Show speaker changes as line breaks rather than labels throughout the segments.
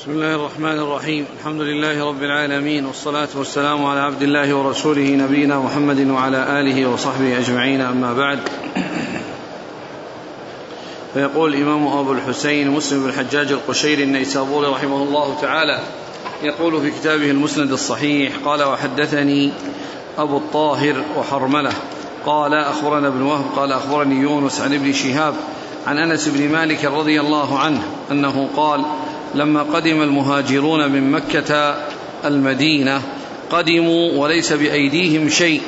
بسم الله الرحمن الرحيم. الحمد لله رب العالمين، والصلاة والسلام على عبد الله ورسوله نبينا محمد وعلى آله وصحبه أجمعين، أما بعد. فيقول الإمام أبو الحسين مسلم بن الحجاج القشيري النيسابوري رحمه الله تعالى، يقول في كتابه المسند الصحيح: قال وحدثني أبو الطاهر وحرملة قال أخبرنا ابن وهب قال أخبرني يونس عن ابن شهاب عن أنس بن مالك رضي الله عنه أنه قال: لما قدم المهاجرون من مكة المدينة قدموا وليس بأيديهم شيء،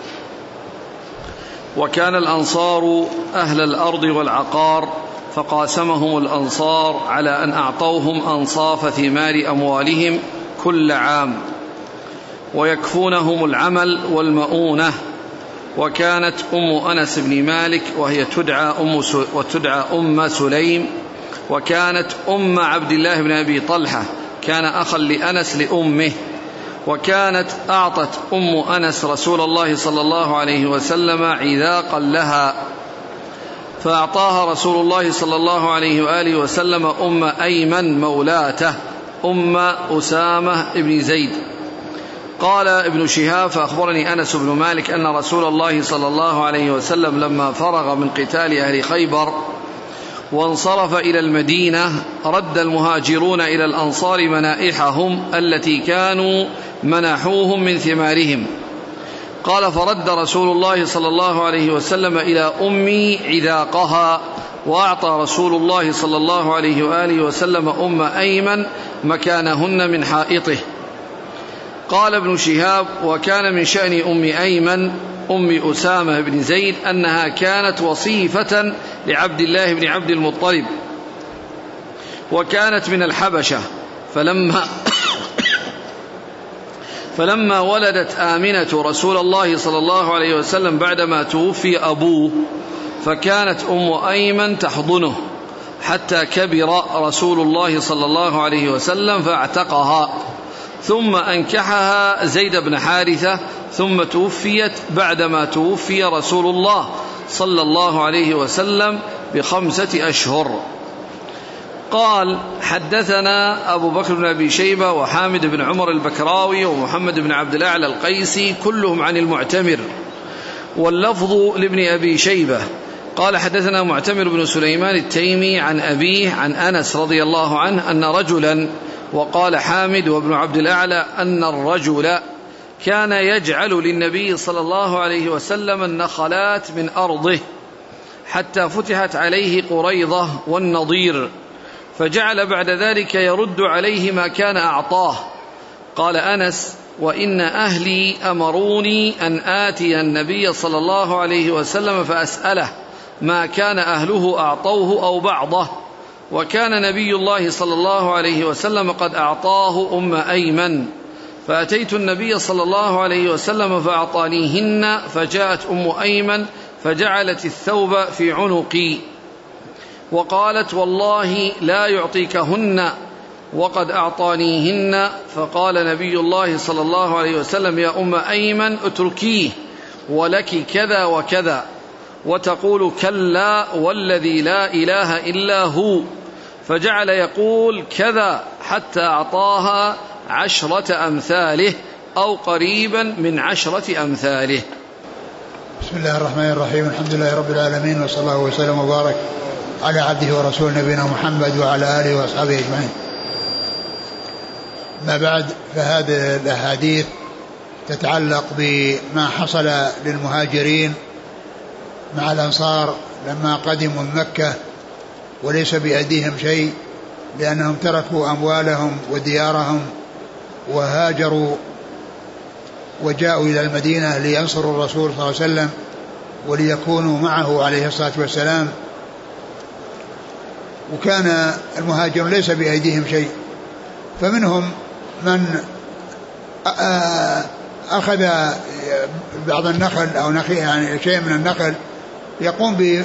وكان الأنصار أهل الأرض والعقار، فقاسمهم الأنصار على أن أعطوهم أنصاف ثمار أموالهم كل عام ويكفونهم العمل والمؤونة. وكانت أم أنس بن مالك وهي تدعى أم سليم، وكانت أم عبد الله بن أبي طلحة، كان أخا لأنس لأمه. وكانت أعطت أم أنس رسول الله صلى الله عليه وسلم عذاقا لها، فأعطاها رسول الله صلى الله عليه وآله وسلم أم أيمن مولاته أم أسامة بن زيد. قال ابن شهاب: فأخبرني أنس بن مالك أن رسول الله صلى الله عليه وسلم لما فرغ من قتال أهل خيبر وانصرف إلى المدينة رد المهاجرون إلى الأنصار منائحهم التي كانوا منحوهم من ثمارهم. قال: فرد رسول الله صلى الله عليه وسلم إلى أمي عذاقها، وأعطى رسول الله صلى الله عليه وآله وسلم أم أيمن مكانهن من حائطه. قال ابن شهاب: وكان من شأن أم أيمن أم أسامة بن زيد أنها كانت وصيفة لعبد الله بن عبد المطلب، وكانت من الحبشة، فلما ولدت آمنة رسول الله صلى الله عليه وسلم بعدما توفي أبوه، فكانت أم أيمن تحضنه حتى كبر رسول الله صلى الله عليه وسلم فاعتقها، ثم أنكحها زيد بن حارثة، ثم توفيت بعدما توفي رسول الله صلى الله عليه وسلم ب5 أشهر. قال: حدثنا أبو بكر بن أبي شيبة وحامد بن عمر البكراوي ومحمد بن عبد الأعلى القيسي كلهم عن المعتمر، واللفظ لابن أبي شيبة. قال: حدثنا معتمر بن سليمان التيمي عن أبيه عن أنس رضي الله عنه أن رجلا، وقال حامد وابن عبد الأعلى أن الرجل كان يجعل للنبي صلى الله عليه وسلم النخلات من أرضه حتى فتحت عليه قريظة والنضير، فجعل بعد ذلك يرد عليه ما كان أعطاه. قال أنس: وإن أهلي أمروني أن آتي النبي صلى الله عليه وسلم فأسأله ما كان أهله أعطوه أو بعضه، وكان نبي الله صلى الله عليه وسلم قد أعطاه أم أيمن، فأتيت النبي صلى الله عليه وسلم فأعطانيهن، فجاءت أم أيمن فجعلت الثوب في عنقي وقالت: والله لا يعطيكهن وقد أعطانيهن. فقال نبي الله صلى الله عليه وسلم: يا أم أيمن اتركيه، ولك كذا وكذا، وتقول: كلا والذي لا إله إلا هو. فجعل يقول كذا حتى أعطاها 10 أمثاله أو قريبا من 10 أمثاله.
بسم الله الرحمن الرحيم. الحمد لله رب العالمين، وصلى الله وسلم وبارك على عبده ورسوله نبينا محمد وعلى آله وأصحابه أجمعين. ما بعد، فهذه الأحاديث تتعلق بما حصل للمهاجرين مع الأنصار لما قدموا مكة وليس بأيديهم شيء، لأنهم تركوا أموالهم وديارهم وهاجروا وجاءوا إلى المدينة لينصروا الرسول صلى الله عليه وسلم وليكونوا معه عليه الصلاة والسلام. وكان المهاجرون ليس بأيديهم شيء، فمنهم من أخذ بعض النخل أو يعني شيء من النخل يقوم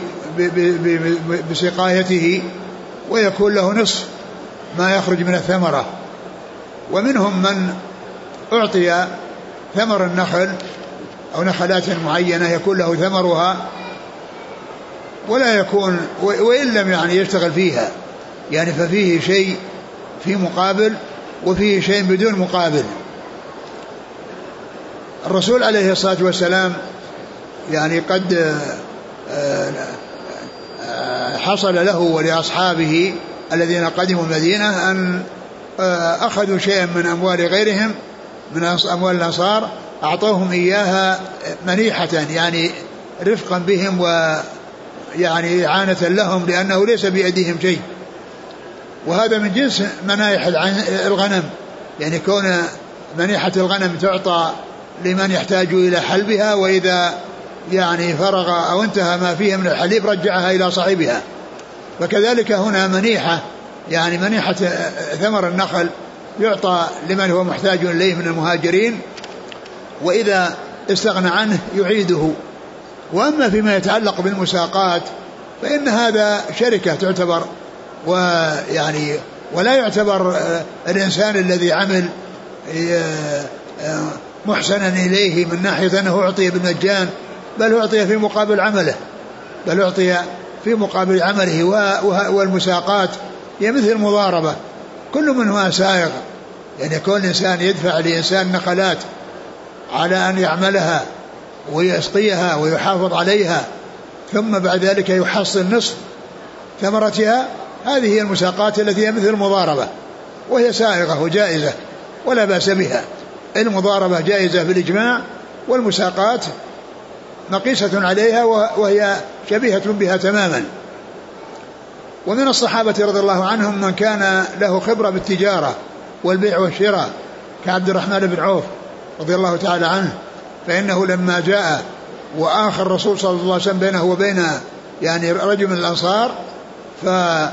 بسقايته ويكون له نصف ما يخرج من الثمرة، ومنهم من أعطي ثمر النخل أو نخلات معينة يكون له ثمرها ولا يكون وإن لم يعني يشتغل فيها، يعني ففيه شيء في مقابل وفي شيء بدون مقابل. الرسول عليه الصلاة والسلام يعني قد حصل له ولأصحابه الذين قدموا المدينة أن أخذوا شيئا من أموال غيرهم من أموال الأنصار، أعطوهم إياها منيحة يعني رفقا بهم ويعني إعانة لهم، لأنه ليس بأيديهم شيء. وهذا من جنس منايح الغنم، يعني كون منيحة الغنم تعطى لمن يحتاج إلى حلبها، وإذا يعني فرغ أو انتهى ما فيها من الحليب رجعها إلى صاحبها. فكذلك هنا منيحة، يعني منيحة ثمر النخل يعطى لمن هو محتاج إليه من المهاجرين، وإذا استغنى عنه يعيده. وأما فيما يتعلق بالمساقات فإن هذا شركة تعتبر، ويعني ولا يعتبر الإنسان الذي عمل محسنا إليه من ناحية أنه أعطي بالمجان، بل أعطي في مقابل عمله، والمساقات هي مثل المضاربة، كل منها سائغ، يعني كل إنسان يدفع لإنسان نخلات على أن يعملها ويسقيها ويحافظ عليها، ثم بعد ذلك يحصل نصف ثمرتها. هذه هي المساقات التي هي مثل المضاربة، وهي سائغة وجائزة ولا بأس بها. المضاربة جائزة بالإجماع، والمساقات مقيسة عليها وهي شبيهة بها تماما. ومن الصحابة رضي الله عنهم من كان له خبرة بالتجارة والبيع والشراء كعبد الرحمن بن عوف رضي الله تعالى عنه، فإنه لما جاء وآخر الرسول صلى الله عليه وسلم بينه وبين يعني رجل من الأنصار، فهذا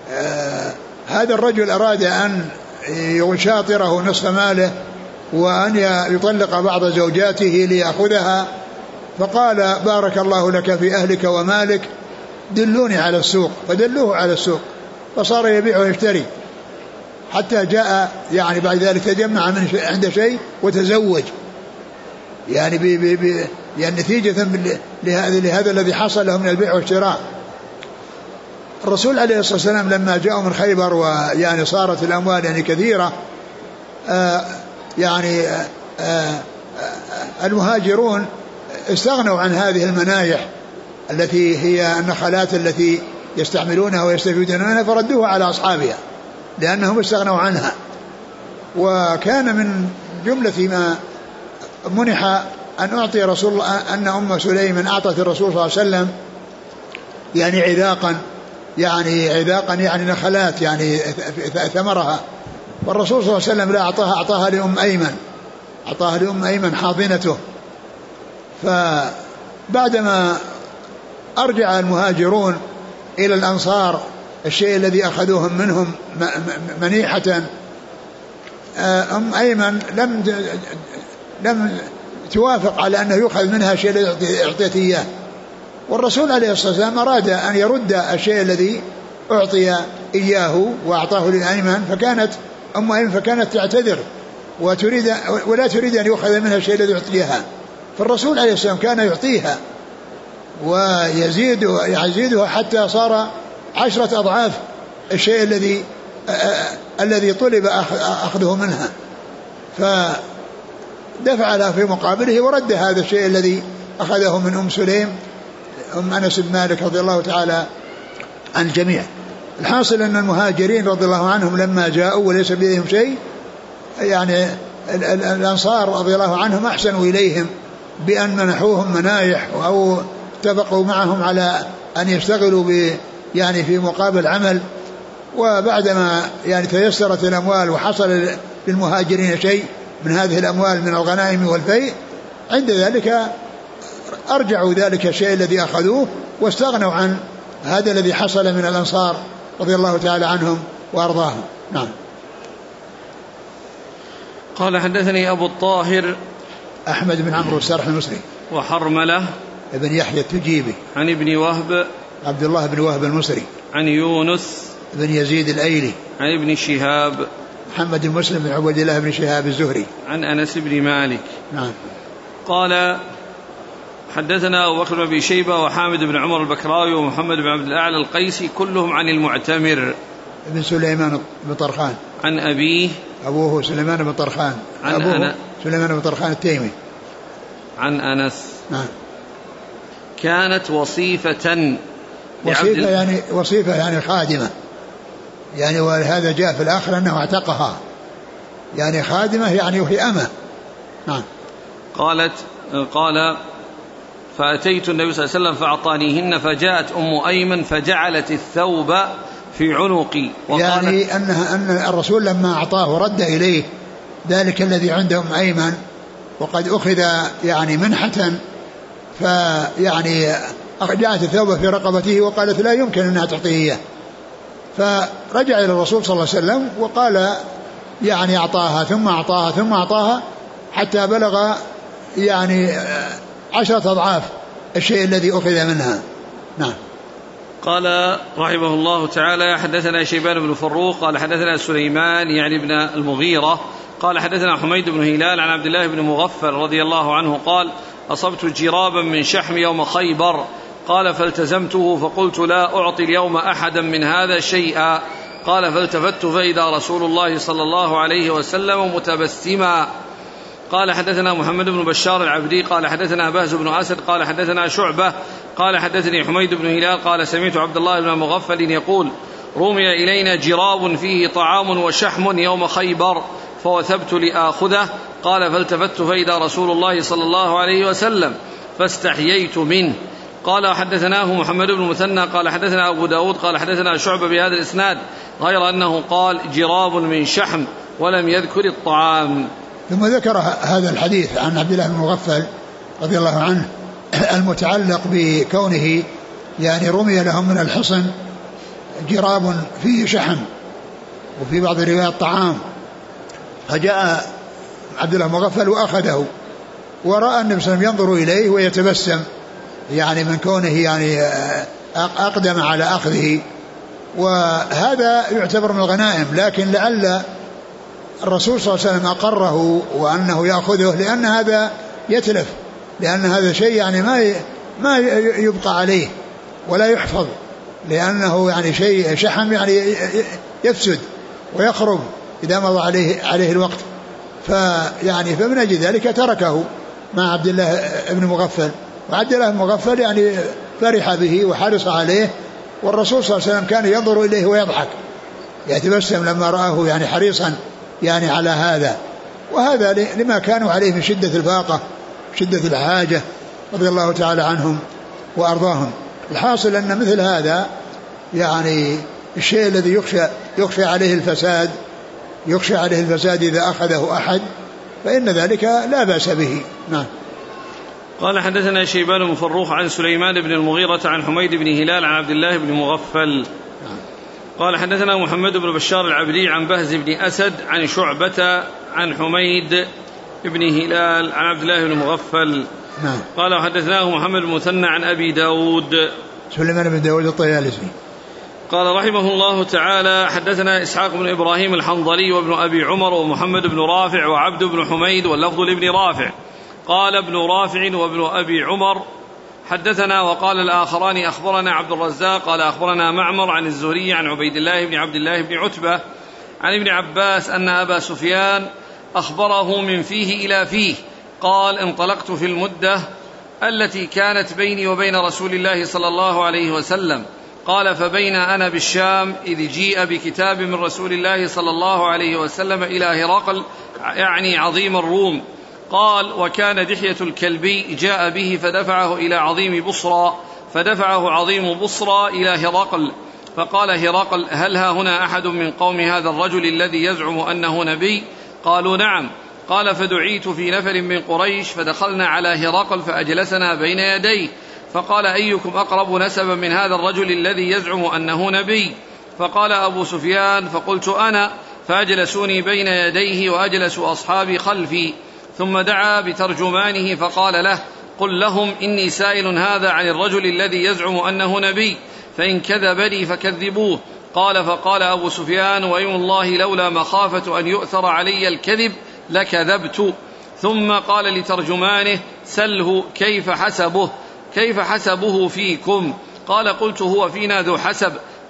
الرجل أراد أن يشاطره نصف ماله وأن يطلق بعض زوجاته ليأخذها، فقال بارك الله لك في أهلك ومالك، دلوني على السوق. فدلوه على السوق، فصار يبيع ويشتري حتى جاء يعني بعد ذلك تجمع من عنده شيء وتزوج، يعني يعني نتيجة لهذا الذي حصل له من البيع والشراء. الرسول عليه الصلاة والسلام لما جاءوا من خيبر ويعني صارت الأموال يعني كثيرة، المهاجرون استغنوا عن هذه المنايح التي هي النخلات التي يستعملونها ويستفيدون منها، فردوها على أصحابها لأنهم استغنوا عنها. وكان من جملة ما منح أن أعطي رسول الله أن أم سليم أعطت الرسول صلى الله عليه وسلم يعني عذاقا يعني نخلات يعني ثمرها، والرسول صلى الله عليه وسلم لا أعطاها لأم أيمن حاضنته. فبعدما أرجع المهاجرون إلى الأنصار الشيء الذي أخذوهم منهم منيحة، أم أيمن لم توافق على أنه يؤخذ منها شيء الذي أعطيت إياه، والرسول عليه الصلاة والسلام أراد أن يرد الشيء الذي أعطي إياه وأعطاه لأيمن، فكانت أم أيمن تعتذر ولا تريد أن يؤخذ منها الشيء الذي أعطيها، فالرسول عليه الصلاة والسلام كان يعطيها ويزيدها حتى صار 10 أضعاف الشيء الذي طلب أخذه منها، فدفع لها في مقابله ورد هذا الشيء الذي أخذه من أم سليم أم أنس بن مالك رضي الله تعالى عن الجميع. الحاصل أن المهاجرين رضي الله عنهم لما جاءوا وليس بيدهم شيء، يعني الأنصار رضي الله عنهم أحسنوا إليهم بأن منحوهم منايح أو اتفقوا معهم على أن يشتغلوا يعني في مقابل عمل. وبعدما يعني تيسرت الأموال وحصل للمهاجرين شيء من هذه الأموال من الغنائم والفيء، عند ذلك أرجعوا ذلك الشيء الذي أخذوه واستغنوا عن هذا الذي حصل من الأنصار رضي الله تعالى عنهم وأرضاهم. نعم.
قال حدثني أبو الطاهر
أحمد بن عمرو السرح المصري،
وحرملة
ابن يحيى التجيبي،
عن ابن وهب
عبد الله بن وهب المصري،
عن يونس
بن يزيد الأيلي،
عن ابن شهاب
محمد بن مسلم بن عبد الله بن شهاب الزهري،
عن أنس بن مالك.
نعم.
قال حدثنا أبو بكر بن أبي شيبة وحامد بن عمر البكراوي ومحمد بن عبد الأعلى القيسي كلهم عن المعتمر.
بن سليمان بن طرخان.
عن أبيه
أبوه سليمان بن طرخان.
عن أبوه
سليمان بن طرخان التيمي.
عن أنس.
نعم.
كانت وصيفة
يعني خادمة يعني، وهذا جاء في الآخر أنه اعتقها يعني خادمة يعني وهي أمة. نعم.
قال فأتيت النبي صلى الله عليه وسلم فأعطانيهن فجاءت أم أيمن فجعلت الثوب في عنقي
يعني أن الرسول لما أعطاه رد إليه ذلك الذي عند أم أيمن وقد أخذ يعني منحة، فيعني جاءت الثوب في رقبته وقالت لا يمكن أنها تعطيه، فرجع إلى الرسول صلى الله عليه وسلم وقال يعني أعطاها ثم أعطاها ثم أعطاها حتى بلغ يعني 10 أضعاف الشيء الذي أخذ منها. نعم.
قال رحمه الله تعالى حدثنا شيبان بن فروخ قال حدثنا سليمان يعني بن المغيرة قال حدثنا حميد بن هلال عن عبد الله بن مغفل رضي الله عنه قال أصبت جرابا من شحم يوم خيبر قال فالتزمته فقلت لا أعطي اليوم أحدا من هذا شيئا قال فالتفت فإذا رسول الله صلى الله عليه وسلم متبسما. قال حدثنا محمد بن بشار العبدي قال حدثنا بهز بن أسد قال حدثنا شعبة قال حدثني حميد بن هلال قال سمعت عبد الله بن مغفل يقول رمي إلينا جراب فيه طعام وشحم يوم خيبر فوثبت لآخذه قال فالتفت فإذا رسول الله صلى الله عليه وسلم فاستحييت منه. قال حدثناه محمد بن مثنى قال حدثنا أبو داود قال حدثنا شعبة بهذا الإسناد غير أنه قال جراب من شحم ولم يذكر الطعام.
ثم ذكر هذا الحديث عن عبد الله بن مغفل رضي الله عنه المتعلق بكونه يعني رمي لهم من الحصن جراب فيه شحم وفي بعض الروايات طعام، فجاء عبد الله بن مغفل وأخذه ورأى النبي صلى الله عليه وسلم ينظر إليه ويتبسم يعني من كونه يعني أقدم على أخذه، وهذا يعتبر من الغنائم، لكن لعل الرسول صلى الله عليه وسلم أقره وأنه يأخذه لأن هذا يتلف، لأن هذا شيء يعني ما يبقى عليه ولا يحفظ، لأنه يعني شيء شحم يعني يفسد ويخرب إذا مضى عليه الوقت، فيعني فمن أجل ذلك تركه مع عبد الله بن مغفل، وعبد الله بن مغفل يعني فرح به وحرص عليه، والرسول صلى الله عليه وسلم كان ينظر إليه ويضحك يتبسم لما رآه يعني حريصا يعني على هذا، وهذا لما كانوا عليه من شدة الفاقة شدة الحاجة رضي الله تعالى عنهم وأرضاهم. الحاصل أن مثل هذا يعني الشيء الذي يخشى عليه الفساد إذا أخذه أحد فإن ذلك لا بأس به. نعم.
قال حدثنا شيبان بن فروخ عن سليمان بن المغيرة عن حميد بن هلال عن عبد الله بن مغفل قال حدثنا محمد بن بشار العبدي عن بهز بن أسد عن شعبة عن حميد بن هلال عن عبد الله بن مغفل.
نعم.
قال حدثناه محمد بن مثنى عن أبي داود
سليمان بن داود الطيالسي
قال رحمه الله تعالى حدثنا إسحاق بن إبراهيم الحنظلي وابن أبي عمر ومحمد بن رافع وعبد بن حميد واللفظ لابن رافع قال ابن رافع وابن أبي عمر حدثنا وقال الآخران أخبرنا عبد الرزاق قال أخبرنا معمر عن الزهري عن عبيد الله بن عبد الله بن عتبة عن ابن عباس أن أبا سفيان أخبره من فيه إلى فيه قال انطلقت في المدة التي كانت بيني وبين رسول الله صلى الله عليه وسلم قال فبين أنا بالشام إذ جيء بكتاب من رسول الله صلى الله عليه وسلم إلى هرقل يعني عظيم الروم قال وكان دحية الكلبي جاء به فدفعه إلى عظيم بصرى إلى هرقل فقال هرقل هل ها هنا أحد من قوم هذا الرجل الذي يزعم أنه نبي؟ قالوا نعم. قال فدعيت في نفر من قريش فدخلنا على هرقل فأجلسنا بين يديه فقال أيكم أقرب نسبا من هذا الرجل الذي يزعم أنه نبي؟ فقال أبو سفيان فقلت أنا فأجلسوني بين يديه وأجلسوا أصحابي خلفي ثم دعا بترجمانه فقال له قل لهم إني سائل هذا عن الرجل الذي يزعم أنه نبي فإن كذب لي فكذبوه. قال فقال أبو سفيان وأيم الله لولا مخافة أن يؤثر علي الكذب لكذبت. ثم قال لترجمانه سله كيف حسبه فيكم؟ قال قلت هو فينا ذو حسب.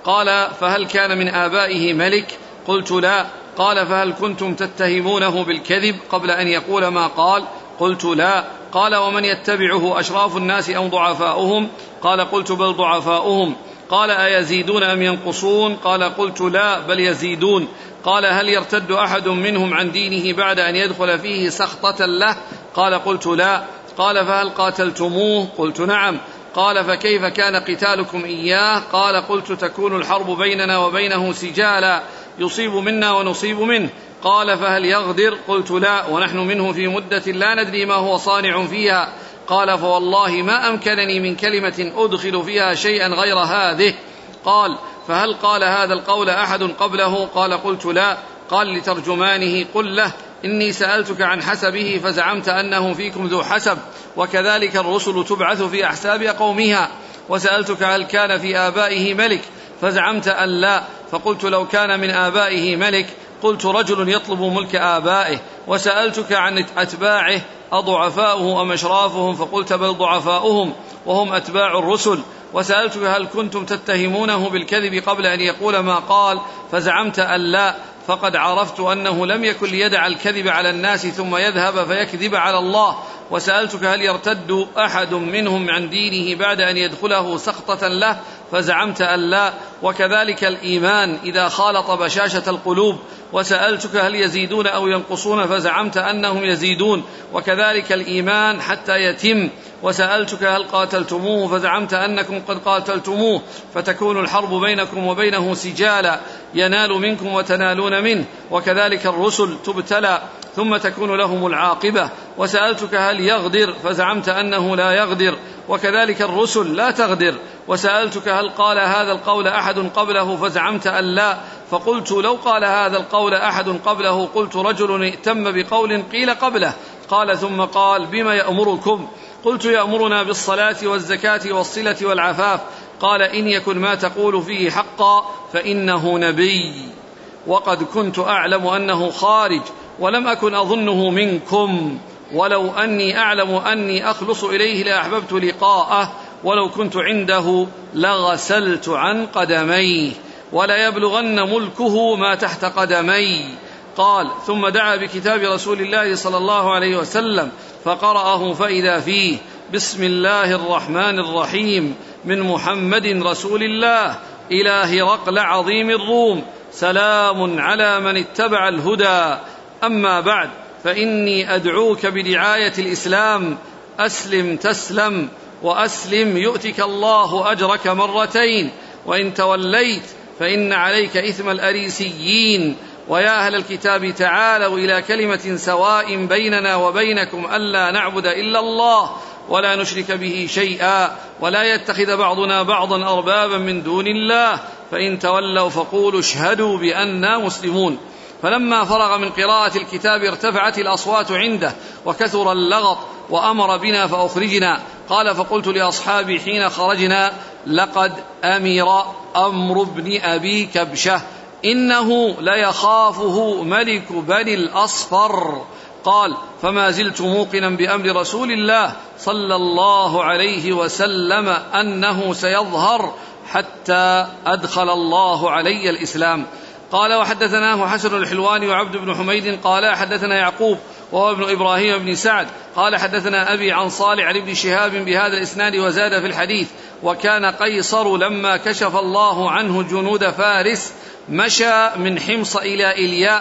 قال فهل كان من آبائه ملك؟ قلت لا. قال فهل كنتم تتهمونه بالكذب قبل أن يقول ما قال؟ قلت لا. قال ومن يتبعه أشراف الناس أم ضعفاؤهم؟ قال قلت بل ضعفاؤهم. قال أيزيدون أم ينقصون؟ قال قلت لا بل يزيدون. قال هل يرتد أحد منهم عن دينه بعد أن يدخل فيه سخطة له؟ قال قلت لا. قال فهل قاتلتموه؟ قلت نعم. قال فكيف كان قتالكم إياه؟ قال قلت تكون الحرب بيننا وبينه سجالا يصيب منا ونصيب منه. قال فهل يغدر؟ قلت لا ونحن منه في مدة لا ندري ما هو صانع فيها. قال فوالله ما أمكنني من كلمة أدخل فيها شيئا غير هذه. قال فهل قال هذا القول أحد قبله؟ قال قلت لا. قال لترجمانه قل له إني سألتك عن حسبه فزعمت أنه فيكم ذو حسب، وكذلك الرسل تبعث في أحساب قومها. وسألتك هل كان في آبائه ملك فزعمت أن لا، فقلت لو كان من آبائه ملك قلت رجل يطلب ملك آبائه. وسألتك عن أتباعه أضعفاؤه أم أشرافهم؟ فقلت بل ضعفاؤهم وهم أتباع الرسل. وسألتك هل كنتم تتهمونه بالكذب قبل أن يقول ما قال؟ فزعمت أن لا، فقد عرفت أنه لم يكن ليدع الكذب على الناس ثم يذهب فيكذب على الله. وسألتك هل يرتد أحد منهم عن دينه بعد أن يدخله سخطة له؟ فزعمت أن لا، وكذلك الإيمان إذا خالط بشاشة القلوب. وسألتك هل يزيدون أو ينقصون؟ فزعمت أنهم يزيدون، وكذلك الإيمان حتى يتم. وسألتك هل قاتلتموه؟ فزعمت أنكم قد قاتلتموه، فتكون الحرب بينكم وبينه سجالا ينال منكم وتنالون منه، وكذلك الرسل تبتلى ثم تكون لهم العاقبة. وسألتك هل يغدر؟ فزعمت أنه لا يغدر، وكذلك الرسل لا تغدر. وسألتك هل قال هذا القول أحد قبله؟ فزعمت أن لا، فقلت لو قال هذا القول أحد قبله قلت رجل ائتم بقول قيل قبله. قال ثم قال بما يأمركم؟ قلت يأمرنا بالصلاة والزكاة والصلة والعفاف. قال إن يكن ما تقول فيه حقا فإنه نبي، وقد كنت أعلم أنه خارج ولم أكن أظنه منكم، ولو أني أعلم أني أخلص إليه لأحببت لقاءه، ولو كنت عنده لغسلت عن قدميه، ولا يبلغن ملكه ما تحت قدمي. قال ثم دعا بكتاب رسول الله صلى الله عليه وسلم فقرأه فإذا فيه بسم الله الرحمن الرحيم من محمد رسول الله إلى هرقل عظيم الروم، سلام على من اتبع الهدى. أما بعد، فإني أدعوك بدعاية الإسلام، أسلم تسلم، وأسلم يؤتك الله أجرك مرتين، وإن توليت فإن عليك إثم الأريسيين. ويا أهل الكتاب تعالوا إلى كلمة سواء بيننا وبينكم ألا نعبد إلا الله ولا نشرك به شيئا، ولا يتخذ بعضنا بعضا أربابا من دون الله، فإن تولوا فقولوا اشهدوا بأننا مسلمون. فلما فرغ من قراءة الكتاب ارتفعت الأصوات عنده وكثر اللغط، وأمر بنا فأخرجنا. قال فقلت لأصحابي حين خرجنا لقد أمر أمر بن أبي كبشة إنه ليخافه ملك بني الأصفر. قال فما زلت موقنا بأمر رسول الله صلى الله عليه وسلم أنه سيظهر حتى أدخل الله علي الإسلام. قال وحدثناه حسن الحلواني وعبد بن حميد قال حدثنا يعقوب وهو ابن إبراهيم بن سعد قال حدثنا أبي عن صالح عن ابن شهاب بهذا الإسناد وزاد في الحديث وكان قيصر لما كشف الله عنه جنود فارس مشى من حمص إلى إلياء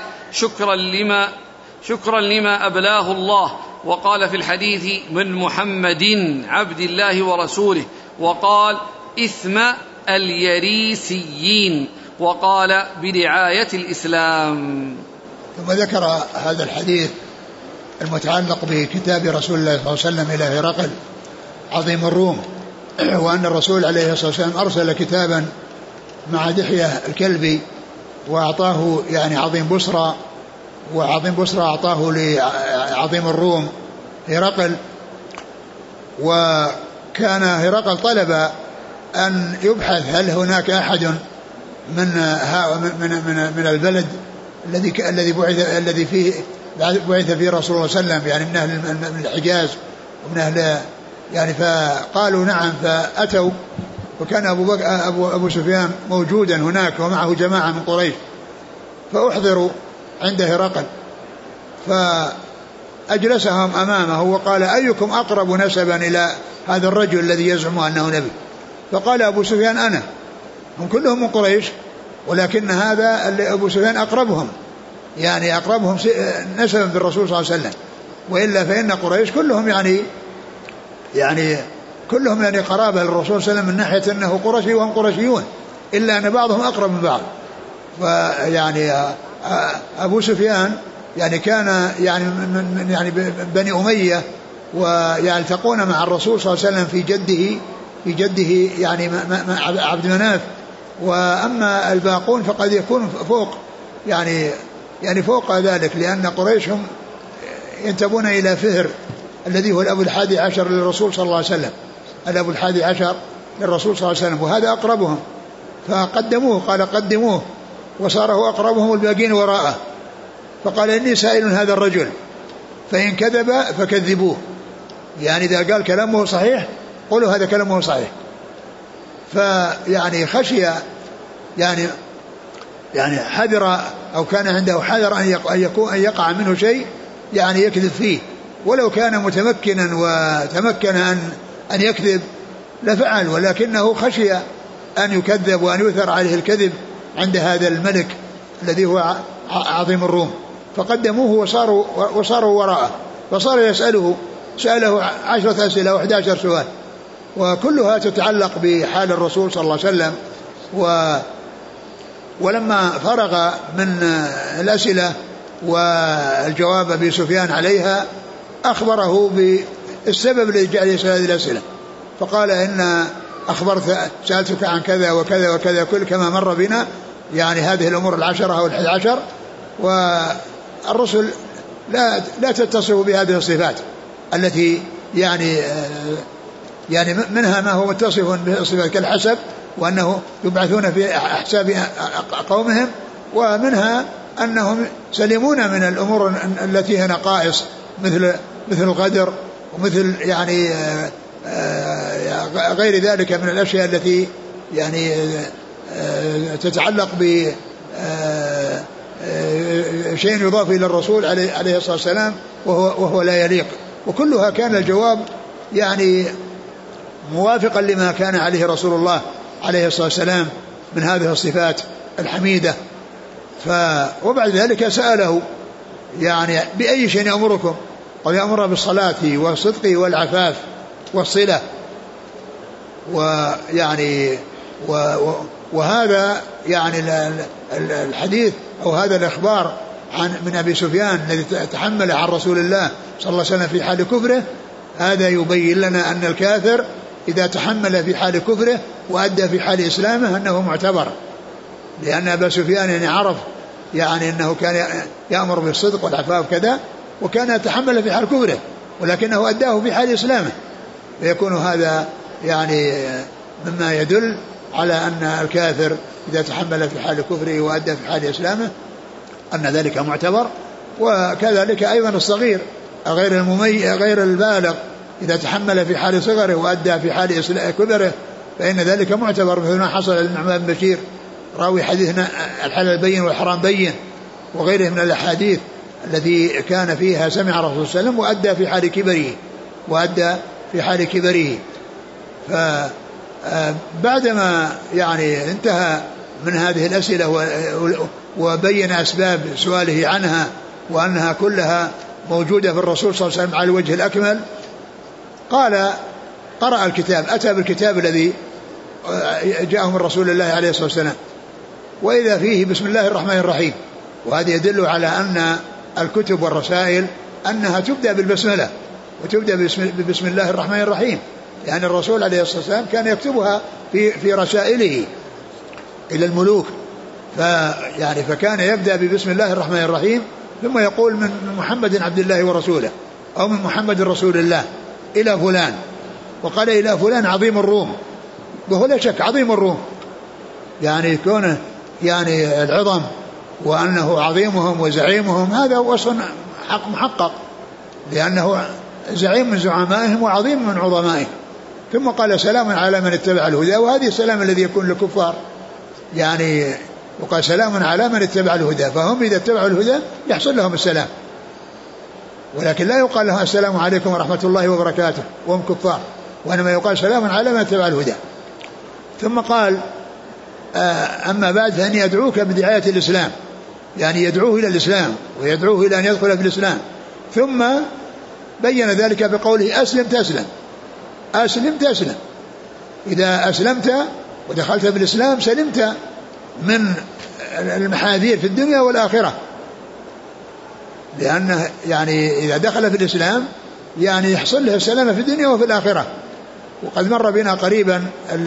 شكرا لما أبلاه الله. وقال في الحديث من محمد عبد الله ورسوله، وقال إثم اليريسيين، وقال بدعاية الإسلام.
ثم ذكر هذا الحديث المتعلق بكتاب رسول الله صلى الله عليه وسلم إلى هرقل عظيم الروم، وأن الرسول عليه الصلاة والسلام أرسل كتابا مع دحية الكلبي وأعطاه يعني عظيم بصرى، وعظيم بصرى أعطاه لعظيم الروم هرقل. وكان هرقل طلب أن يبحث هل هناك أحد من البلد الذي فيه بعث فيه رسول الله صلى الله عليه وسلم، يعني من الحجاز ومن أهل يعني، فقالوا نعم، فأتوا وكان أبو سفيان موجودا هناك ومعه جماعة من قريش، فأحضروا عند هرقل فأجلسهم أمامه وقال: أيكم أقرب نسبا إلى هذا الرجل الذي يزعم أنه نبي؟ فقال أبو سفيان: أنا. هم كلهم من قريش، ولكن هذا أبو سفيان أقربهم، يعني أقربهم نسبا بالرسول صلى الله عليه وسلم، وإلا فإن قريش كلهم يعني قرابة للرسول صلى الله عليه وسلم من ناحية أنه قرشي وهم قرشيون، إلا أن بعضهم أقرب من بعض. فيعني أبو سفيان يعني كان يعني بني أمية ويلتقون مع الرسول صلى الله عليه وسلم في جده يعني عبد مناف، وأما الباقون فقد يكون فوق يعني فوق ذلك، لأن قريش هم ينتبون إلى فهر الذي هو الأب 11 للرسول صلى الله عليه وسلم، الأب 11 للرسول صلى الله عليه وسلم، وهذا أقربهم، فقدموه. قال: قدموه، وصار هو أقربهم والباقين وراءه. فقال: إني سائل هذا الرجل، فإن كذب فكذبوه، يعني إذا قال كلامه صحيح قولوا هذا كلامه صحيح. فيعني خشي يعني حذر أو كان عنده حذر أن يقع منه شيء يعني يكذب فيه، ولو كان متمكنا وتمكن أن يكذب لفعل، ولكنه خشي أن يكذب وأن يثر عليه الكذب عند هذا الملك الذي هو عظيم الروم. فقدموه وصاروا وراءه، فصار سأله 10 أسئلة و11 سؤال، وكلها تتعلق بحال الرسول صلى الله عليه وسلم. ولما فرغ من الأسئلة والجواب أبي سفيان عليها أخبره بالسبب الذي جعل يسأل هذه الأسئلة، فقال: إن سألتك عن كذا وكذا وكذا كل كما مر بنا، يعني هذه الأمور 10 أو 11، والرسل لا تتصف بهذه الصفات التي يعني منها ما هو متصف بالصفات كالحسب، وأنه يبعثون في أحساب قومهم، ومنها أنهم سلمون من الأمور التي هي نقائص مثل الغدر ومثل يعني غير ذلك من الأشياء التي يعني تتعلق ب شيء يضاف إلى الرسول عليه الصلاة والسلام وهو لا يليق. وكلها كان الجواب يعني موافقا لما كان عليه رسول الله عليه الصلاة والسلام من هذه الصفات الحميدة. وبعد ذلك سأله يعني: بأي شيء يأمركم؟ قال: يأمر بالصلاة والصدق والعفاف والصلة. ويعني وهذا يعني الحديث أو هذا الإخبار من أبي سفيان الذي تحمل عن رسول الله صلى الله عليه وسلم في حال كفره، هذا يبين لنا أن الكافر إذا تحمل في حال كفره وأدى في حال إسلامه أنه معتبر، لأن أبا سفيان يعني عرف يعني أنه كان يأمر بالصدق والعفاف كذا، وكان يتحمل في حال كفره ولكنه أداه في حال إسلامه، فيكون هذا يعني مما يدل على أن الكافر إذا تحمل في حال كفره وأدى في حال إسلامه أن ذلك معتبر. وكذلك أيضا الصغير غير البالغ إذا تحمل في حال صغره وأدى في حال كبره فإن ذلك معتبر، مثل ما حصل للنعمان بن بشير راوي حديثنا الحلال بين والحرام بين وغيره من الأحاديث التي كان فيها سمع رسول الله صلى الله عليه وسلم وأدى في حال كبره. فبعدما يعني انتهى من هذه الأسئلة وبين أسباب سؤاله عنها وأنها كلها موجودة في الرسول صلى الله عليه وسلم على الوجه الأكمل، قرأ الكتاب، أتى بالكتاب الذي جاءه من رسول الله عليه الصلاة والسلام، وإذا فيه بسم الله الرحمن الرحيم. وهذا يدل على أن الكتب والرسائل أنها تبدأ بالبسملة وتبدأ بسم الله الرحمن الرحيم، لأن الرسول عليه الصلاة والسلام كان يكتبها في رسائله إلى الملوك، فكان يبدأ ببسم الله الرحمن الرحيم ثم يقول من محمد عبد الله ورسوله أو من محمد رسول الله إلى فلان، وقال إلى فلان عظيم الروم، وهو لا شك عظيم الروم يعني كونه يعني العظم وأنه عظيمهم وزعيمهم، هذا وصف محقق، لأنه زعيم من زعمائهم وعظيم من عظمائهم، ثم قال سلام على من اتبع الهدى، وهذه السلام الذي يكون للكفار، يعني وقال سلام على من اتبع الهدى، فهم إذا اتبعوا الهدى يحصل لهم السلام، ولكن لا يقال لهم السلام عليكم ورحمة الله وبركاته وهم كفار، وإنما يقال سلام على من اتبع الهدى. ثم قال أما بعد فإني أدعوك بدعاية الإسلام، يعني يدعوه إلى الإسلام ويدعوه إلى أن يدخل في الإسلام. ثم بين ذلك بقوله أسلم تسلم، أسلم تسلم، إذا أسلمت ودخلت في الإسلام سلمت من المحاذير في الدنيا والآخرة، لأنه يعني إذا دخل في الإسلام يعني يحصل له السلامة في الدنيا وفي الآخرة. وقد مر بنا قريبا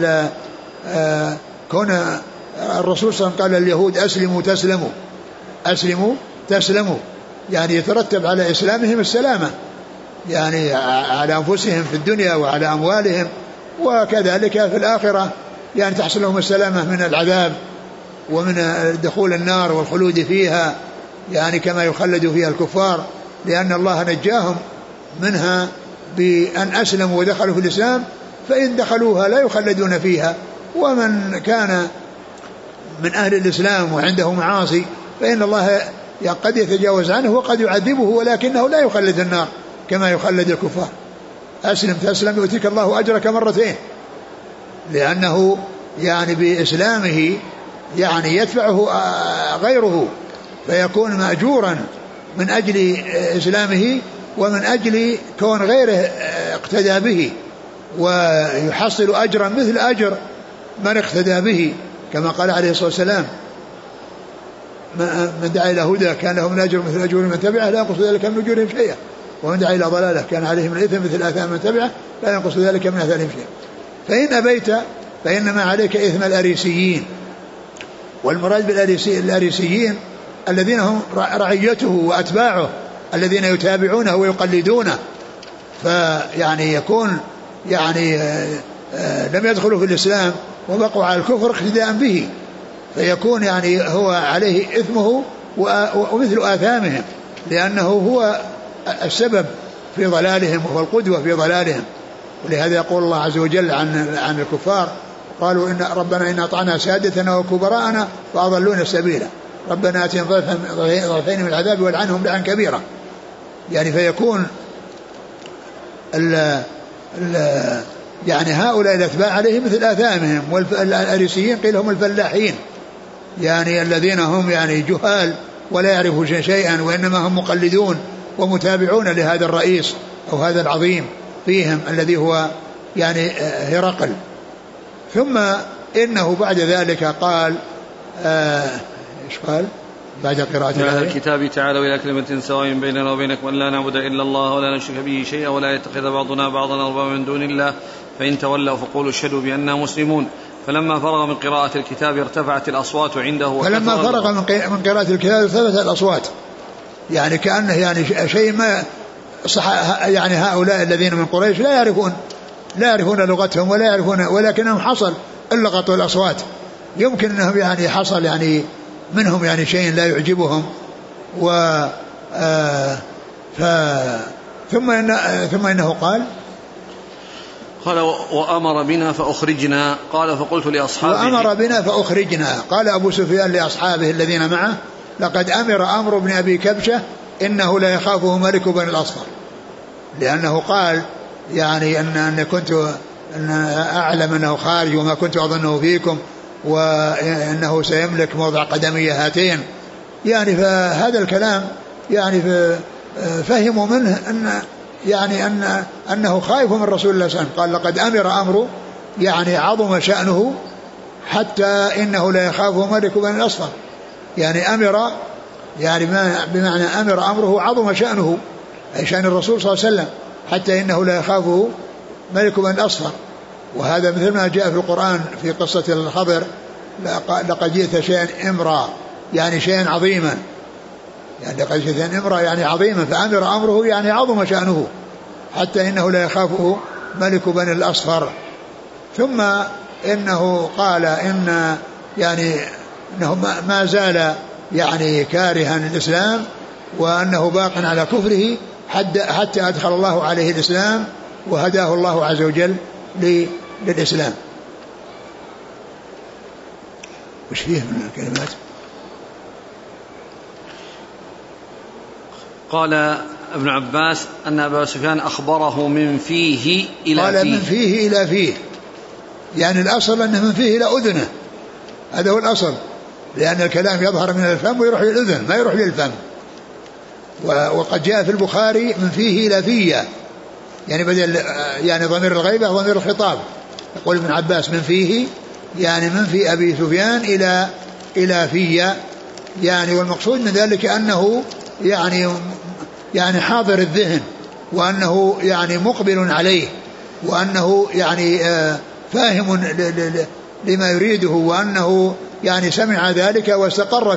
كون الرسول صلى الله عليه وسلم قال لليهود أسلموا تسلموا، أسلموا تسلموا، يعني يترتب على إسلامهم السلامة، يعني على أنفسهم في الدنيا وعلى أموالهم، وكذلك في الآخرة يعني تحصل لهم السلامة من العذاب ومن دخول النار والخلود فيها، يعني كما يخلد فيها الكفار، لأن الله نجاهم منها بأن أسلموا ودخلوا في الإسلام، فإن دخلوها لا يخلدون فيها. ومن كان من أهل الإسلام وعنده معاصي فإن الله قد يتجاوز عنه وقد يعذبه، ولكنه لا يخلد النار كما يخلد الكفار. أسلم تسلم يؤتيك الله أجرك مرتين، لأنه يعني بإسلامه يعني يدفعه غيره فيكون مأجورا من أجل إسلامه ومن أجل كون غيره اقتدى به، ويحصل أجرا مثل أجر من اقتدى به، كما قال عليه الصلاة والسلام من دعا إلى هدى كان له من أجر مثل أجر من تبعه لا ينقص ذلك من أجورهم شيئا، ومن دعا إلى ضلالة كان عليه من الإثم مثل آثام من تبعه لا ينقص ذلك من آثارهم شيئا. فإن أبيت فإنما عليك إثم الأريسيين، والمراد بالأريسيين الذين هم رعيته وأتباعه الذين يتابعونه ويقلدونه، فيعني يكون يعني لم يدخلوا في الإسلام وبقوا على الكفر اقتداء به، فيكون يعني هو عليه إثمه ومثل آثامهم، لأنه هو السبب في ضلالهم وهو القدوة في ضلالهم. ولهذا يقول الله عز وجل عن الكفار قالوا إن ربنا إن أطعنا سادتنا وكبراءنا فأضلونا السبيل ربنا آتهم ضعفين من العذاب والعنهم لعنا كبيرا. يعني فيكون يعني هؤلاء الأتباع عليهم مثل آثامهم. والأريسيين قيل هم الفلاحين، يعني الذين هم يعني جهال ولا يعرفوا شيئا، وإنما هم مقلدون ومتابعون لهذا الرئيس أو هذا العظيم فيهم الذي هو يعني هرقل. ثم إنه بعد ذلك قال إيش قال بعد قراءة
يا أهل الكتاب تعالوا إلى كلمة سواء بيننا وبينكم أن لا نعبد إلا الله ولا نشرك به شيئا ولا يتخذ بعضنا بعضا أربابا من دون الله فإن تولوا فقولوا اشهدوا بأننا مسلمون. فلما فرغ من قراءة الكتاب ارتفعت الأصوات عنده.
فلما فرغ من قراءة الكتاب ارتفعت الأصوات، يعني كأنه يعني شيء ما صح، يعني هؤلاء الذين من قريش لا يعرفون لغتهم ولا يعرفون، ولكنهم حصل اللغط والأصوات، يمكن أنهم يعني حصل يعني منهم يعني شيء لا يعجبهم. ثم إنه قال
وأمر بنا فأخرجنا. قال فقلت لأصحابه
وأمر بنا فأخرجنا. قال أبو سفيان لأصحابه الذين معه لقد أمر عمرو بن أبي كبشة إنه لا يخافه ملك بني الأصفر، لأنه قال يعني أن كنت أعلم أنه خارج وما كنت أظنه فيكم وإنه سيملك موضع قدمي هاتين، يعني فهذا الكلام يعني فهموا منه أن يعني أنه خائف من رسول الله صلى الله عليه وسلم. قال لقد أمر أمره يعني عظم شأنه حتى إنه لا يخافه ملك بني الأصفر، يعني أمر يعني بمعنى أمر أمره عظم شأنه أي شأن الرسول صلى الله عليه وسلم حتى إنه لا يخافه ملك بني الأصفر. وهذا مثل ما جاء في القرآن في قصة الخضر لقد جئت شيئا إمرا، يعني شيئا عظيما، يعني لقد جئت شيئا إمرا يعني عظيما، فأمر أمره يعني عظم شأنه حتى إنه لا يخافه ملك بني الأصفر. ثم إنه قال إن يعني إنه ما زال يعني كارها الإسلام وأنه باق على كفره حتى أدخل الله عليه الإسلام وهداه الله عز وجل للإسلام. وش فيه من الكلمات؟
قال ابن عباس أن أبا سفيان أخبره من فيه إلى
قال
فيه.
من فيه إلى فيه، يعني الأصل أنه من فيه إلى أذنه، هذا هو الأصل، لأن الكلام يظهر من الفم ويروح للأذن ما يروح للفم. وقد جاء في البخاري من فيه إلى فيه، يعني بدل يعني ضمير الغيبة ضمير الخطاب. يقول ابن عباس من فيه يعني من في أبي سفيان إلى فيه، يعني والمقصود من ذلك أنه يعني حاضر الذهن، وأنه يعني مقبل عليه، وأنه يعني فاهم لما يريده، وأنه يعني سمع ذلك واستقر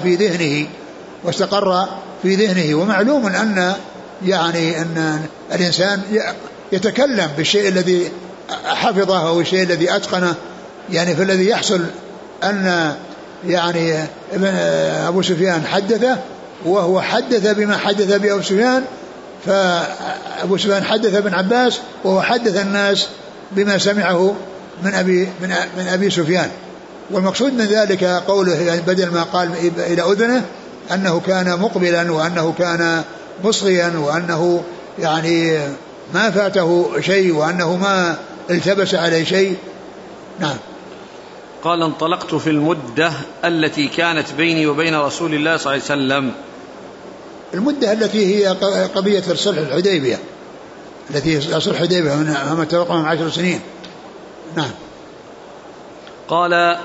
في ذهنه. ومعلوم أن يعني أن الإنسان يتكلم بالشيء الذي حفظه أو الشيء الذي أتقنه، يعني فالذي يحصل أن يعني أبو سفيان حدثه، وهو حدث بما حدث بأبو سفيان، فأبو سفيان حدث ابن عباس وهو حدث الناس بما سمعه من أبي سفيان. والمقصود من ذلك قوله يعني بدل ما قال إلى أذنه أنه كان مقبلا، وأنه كان مصغيا، وأنه يعني ما فاته شيء، وأنه ما التبس عليه شيء. نعم.
قال انطلقت في المدة التي كانت بيني وبين رسول الله صلى الله عليه وسلم.
المدة التي هي قضية الصلح الحديبية، التي صلح الحديبية هم توقعهم 10 سنين. نعم.
قال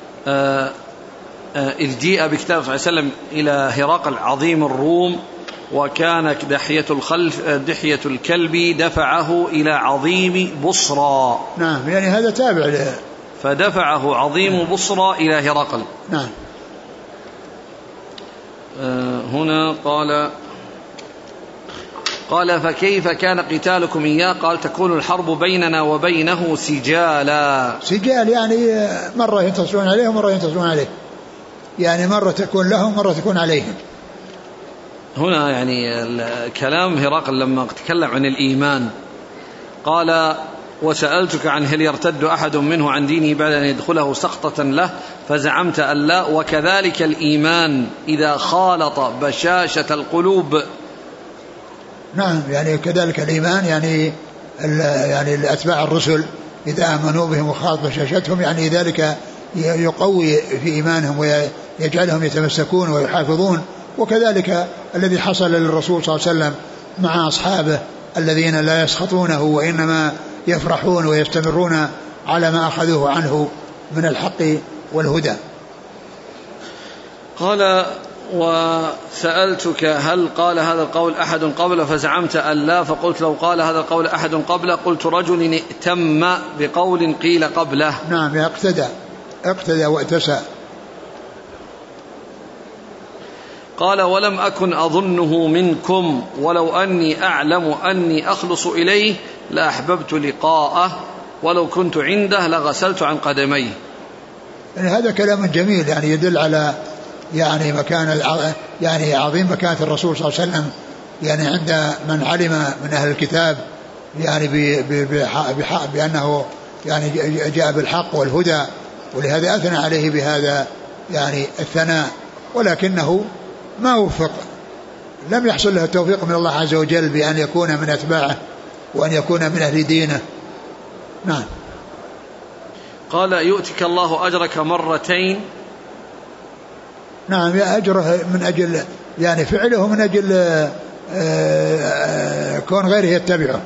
إذ جيء بكتاب صلى الله عليه وسلم إلى هرقل عظيم الروم، وكان دحية الكلب دفعه إلى عظيم بصرى.
نعم، يعني هذا تابع له.
فدفعه عظيم بصرى إلى هرقل.
نعم.
هنا قال فكيف كان قتالكم إياه؟ قال تكون الحرب بيننا وبينه سجالا.
سجال يعني مرة ينتصرون عليه ومرة ينتصرون عليه، يعني مرة تكون لهم ومرة تكون عليهم.
هنا يعني كلام هرقل لما تكلم عن الإيمان قال وسألتك عن هل يرتد أحد منه عن دينه بعد أن يدخله سقطة له فزعمت أن لا، وكذلك الإيمان إذا خالط بشاشة القلوب.
نعم، يعني كذلك الإيمان يعني الأتباع الرسل إذا آمنوا بهم وخالط بشاشتهم، يعني ذلك يقوي في إيمانهم ويجعلهم يتمسكون ويحافظون. وكذلك الذي حصل للرسول صلى الله عليه وسلم مع أصحابه الذين لا يسخطونه وإنما يفرحون ويستمرون على ما أخذوه عنه من الحق والهدى. قال
وسألتك هل قال هذا القول أحد قبل فزعمت أن لا، فقلت لو قال هذا القول أحد قبل قلت رجل ائتم بقول قيل قبله.
نعم، اقتدى واتسى.
قال ولم أكن أظنه منكم، ولو أني أعلم أني أخلص إليه لأحببت لقاءه، ولو كنت عنده لغسلت عن قدميه.
يعني هذا كلام جميل، يعني يدل على يعني مكان يعني عظيم مكانة الرسول صلى الله عليه وسلم، يعني عند من علم من أهل الكتاب يعني بأنه يعني جاء بالحق والهدى، ولهذا أثنى عليه بهذا يعني الثناء، ولكنه ما وفق، لم يحصل له التوفيق من الله عز وجل بأن يكون من أتباعه وأن يكون من أهل دينه. نعم.
قال يؤتك الله أجرك مرتين.
نعم، أجره من أجل يعني فعله من أجل كون غيره يتبعه.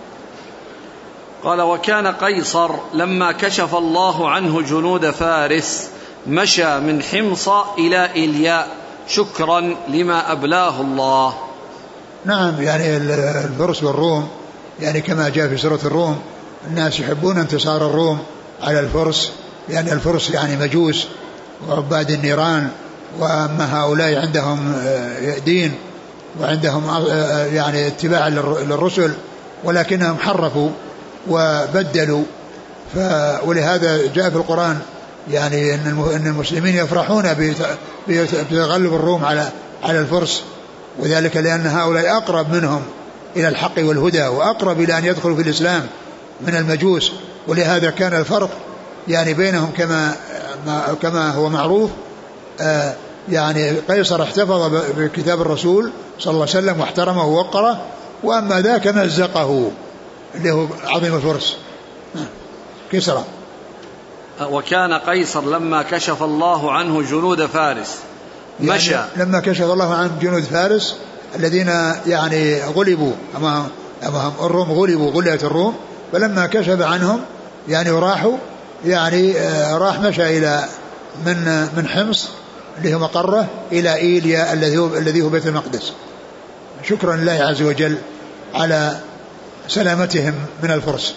قال وكان قيصر لما كشف الله عنه جنود فارس مشى من حمص إلى إلياء شكرا لما أبلاه الله.
نعم، يعني الفرس والروم يعني كما جاء في سورة الروم الناس يحبون انتصار الروم على الفرس، لأن يعني الفرس يعني مجوس وعباد النيران، وأما هؤلاء عندهم دين وعندهم يعني اتباع للرسل، ولكنهم حرفوا وبدلوا. ولهذا جاء في القرآن يعني أن المسلمين يفرحون بتغلب الروم على الفرس، وذلك لأن هؤلاء أقرب منهم إلى الحق والهدى، وأقرب إلى أن يدخلوا في الإسلام من المجوس، ولهذا كان الفرق يعني بينهم كما هو معروف. يعني قيصر احتفظ بكتاب الرسول صلى الله عليه وسلم واحترمه ووقره، وأما ذاك مزقه اللي هو عظيم الفرس كسرى.
وكان قيصر لما كشف الله عنه جنود فارس مشى،
يعني لما كشف الله عنه جنود فارس الذين يعني غلبوا أمام الروم، غلبت الروم، فلما كشف عنهم يعني وراحوا يعني راح مشى إلى من حمص اللي هو مقره إلى إيليا الذي هو بيت المقدس، شكرا لله عز وجل على سلامتهم من الفرس.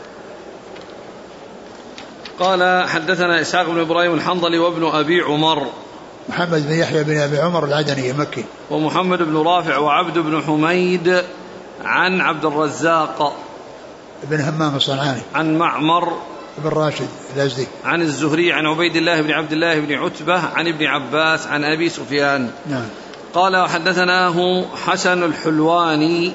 قال حدثنا إسحاق بن إبراهيم الحنظلي وابن أبي عمر،
محمد بن يحيى بن أبي عمر العدني المكي،
ومحمد بن رافع وعبد بن حميد عن عبد الرزاق
بن همام الصنعاني
عن معمر
بن راشد الأزدي
عن الزهري عن عبيد الله بن عبد الله بن عتبة عن ابن عباس عن أبي سفيان.
نعم.
قال وحدثناه حسن الحلواني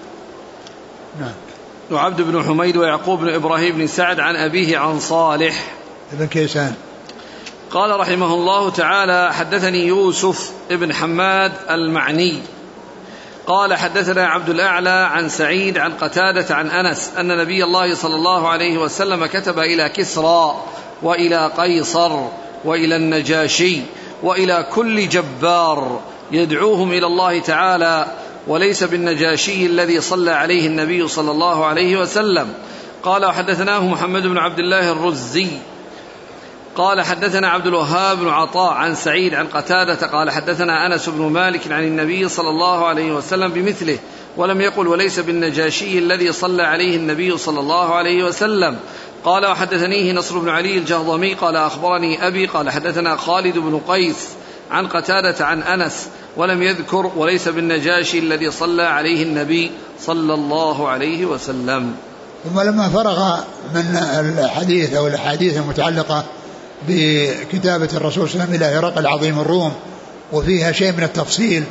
نعم
وعبد بن حميد ويعقوب بن إبراهيم بن سعد عن أبيه عن صالح
بن كيسان.
قال رحمه الله تعالى حدثني يوسف بن حماد المعني قال حدثنا عبد الأعلى عن سعيد عن قتادة عن أنس أن نبي الله صلى الله عليه وسلم كتب إلى كسرى وإلى قيصر وإلى النجاشي وإلى كل جبار يدعوهم إلى الله تعالى، وليس بالنجاشي الذي صلى عليه النبي صلى الله عليه وسلم. قال وحدثناه محمد بن عبد الله الرزي قال حدثنا عبد الوهاب بن عطاء عن سعيد عن قتادة قال حدثنا أنس بن مالك عن النبي صلى الله عليه وسلم بمثله، ولم يقل وليس بالنجاشي الذي صلى عليه النبي صلى الله عليه وسلم. قال وحدثنيه نصر بن علي الجهضمي قال أخبرني أبي قال حدثنا خالد بن قيس عن قتادة عن أنس ولم يذكر وليس بالنجاشي الذي صلى عليه النبي صلى الله عليه وسلم.
ثم لما فرغ من الحديث أو الأحاديث المتعلقة بكتابة الرسول صلى الله عليه وسلم إلى هرقل عظيم الروم وفيها شيء من التفصيل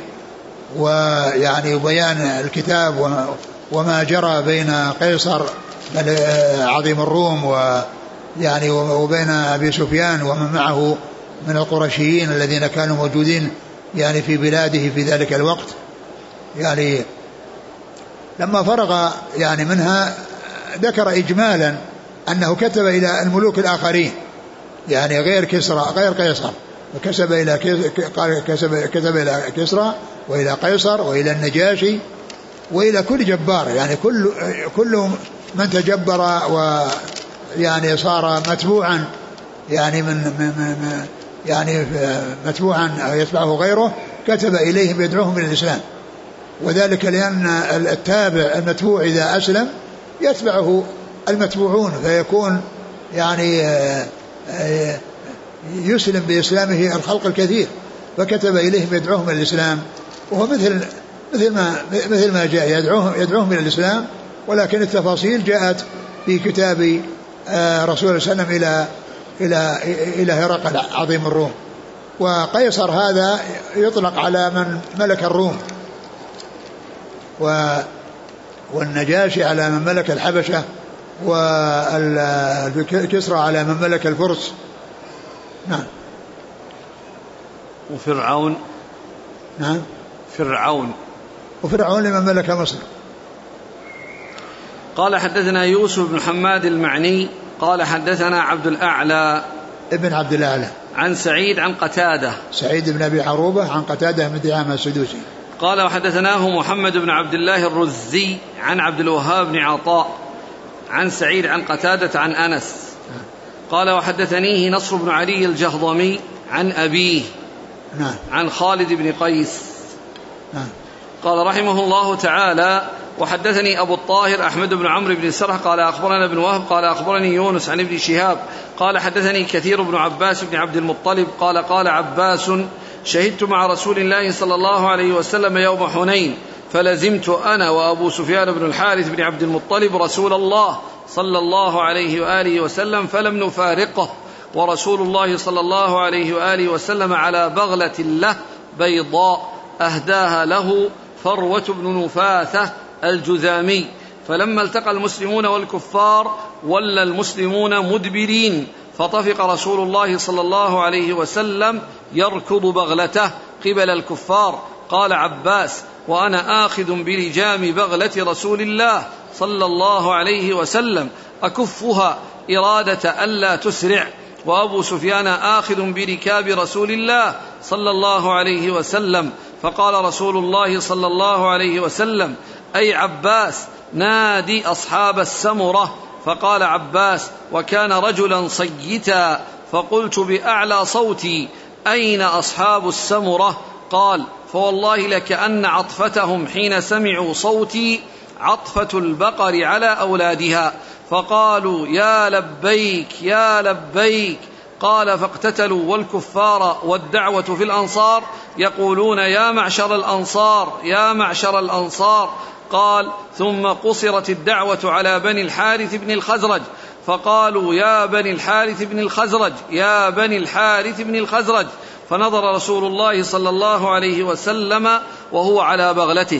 ويعني بيان الكتاب وما جرى بين قيصر عظيم الروم ويعني وبين أبي سفيان ومن معه من القرشيين الذين كانوا موجودين يعني في بلاده في ذلك الوقت، يعني لما فرغ يعني منها ذكر إجمالا أنه كتب إلى الملوك الآخرين يعني غير كسرى غير قيصر، وكتب إلى كتب إلى كسرى وإلى قيصر وإلى النجاشي وإلى كل جبار، يعني كل من تجبر ويعني صار متبوعا يعني من يعني متبوعا يتبعه غيره كتب إليهم يدعوهم إلى الإسلام، وذلك لأن التابع المتبوع إذا أسلم يتبعه المتبوعون فيكون يعني يسلم بإسلامه الخلق الكثير، فكتب إليهم يدعوهم إلى الإسلام، وهو مثل ما جاء يدعوهم إلى الإسلام، ولكن التفاصيل جاءت في كتاب رسول الله صلى الله عليه وسلم إلى هرقل عظيم الروم. وقيصر هذا يطلق على من ملك الروم، والنجاشي على من ملك الحبشة، والكسرى على من ملك الفرس. نعم.
وفرعون.
نعم.
وفرعون
لمن ملك مصر.
قال حدثنا يوسف بن حماد المعني قال حدثنا عبد الأعلى
ابن عبد الأعلى
عن سعيد عن قتادة
سعيد بن أبي عروبة عن قتادة بن دعامة السدوسي
قال وحدثناه محمد بن عبد الله الرزي عن عبد الوهاب بن عطاء عن سعيد عن قتادة عن أنس قال وحدثنيه نصر بن علي الجهضمي عن أبيه عن خالد بن قيس قال رحمه الله تعالى وحدثني أبو الطاهر أحمد بن عمرو بن سرح قال أخبرنا ابن وهب قال أخبرني يونس عن ابن شهاب قال حدثني كثير بن عباس بن عبد المطلب قال عباس شهدت مع رسول الله صلى الله عليه وسلم يوم حنين فلزمت أنا وأبو سفيان بن الحارث بن عبد المطلب رسول الله صلى الله عليه وآله وسلم فلم نفارقه، ورسول الله صلى الله عليه وآله وسلم على بغلة له بيضاء أهداها له فروة بن نفاثة الجذامي، فلما التقى المسلمون والكفار ولى المسلمون مدبرين، فطفق رسول الله صلى الله عليه وسلم يركض بغلته قبل الكفار. قال عباس: وأنا آخذ بلجام بغلة رسول الله صلى الله عليه وسلم أكفها إرادة ألا تسرع، وأبو سفيان آخذ بركاب رسول الله صلى الله عليه وسلم. فقال رسول الله صلى الله عليه وسلم: أي عباس، نادي أصحاب السمرة. فقال عباس: وكان رجلا صيتا، فقلت بأعلى صوتي: أين أصحاب السمرة؟ قال: فوالله لكأن عطفتهم حين سمعوا صوتي عطفة البقر على أولادها، فقالوا: يا لبيك يا لبيك. قال: فاقتتلوا والكفار والدعوة في الأنصار يقولون: يا معشر الأنصار يا معشر الأنصار. قال: ثم قصرت الدعوة على بني الحارث بن الخزرج، فقالوا: يا بني الحارث بن الخزرج يا بني الحارث بن الخزرج. فنظر رسول الله صلى الله عليه وسلم وهو على بغلته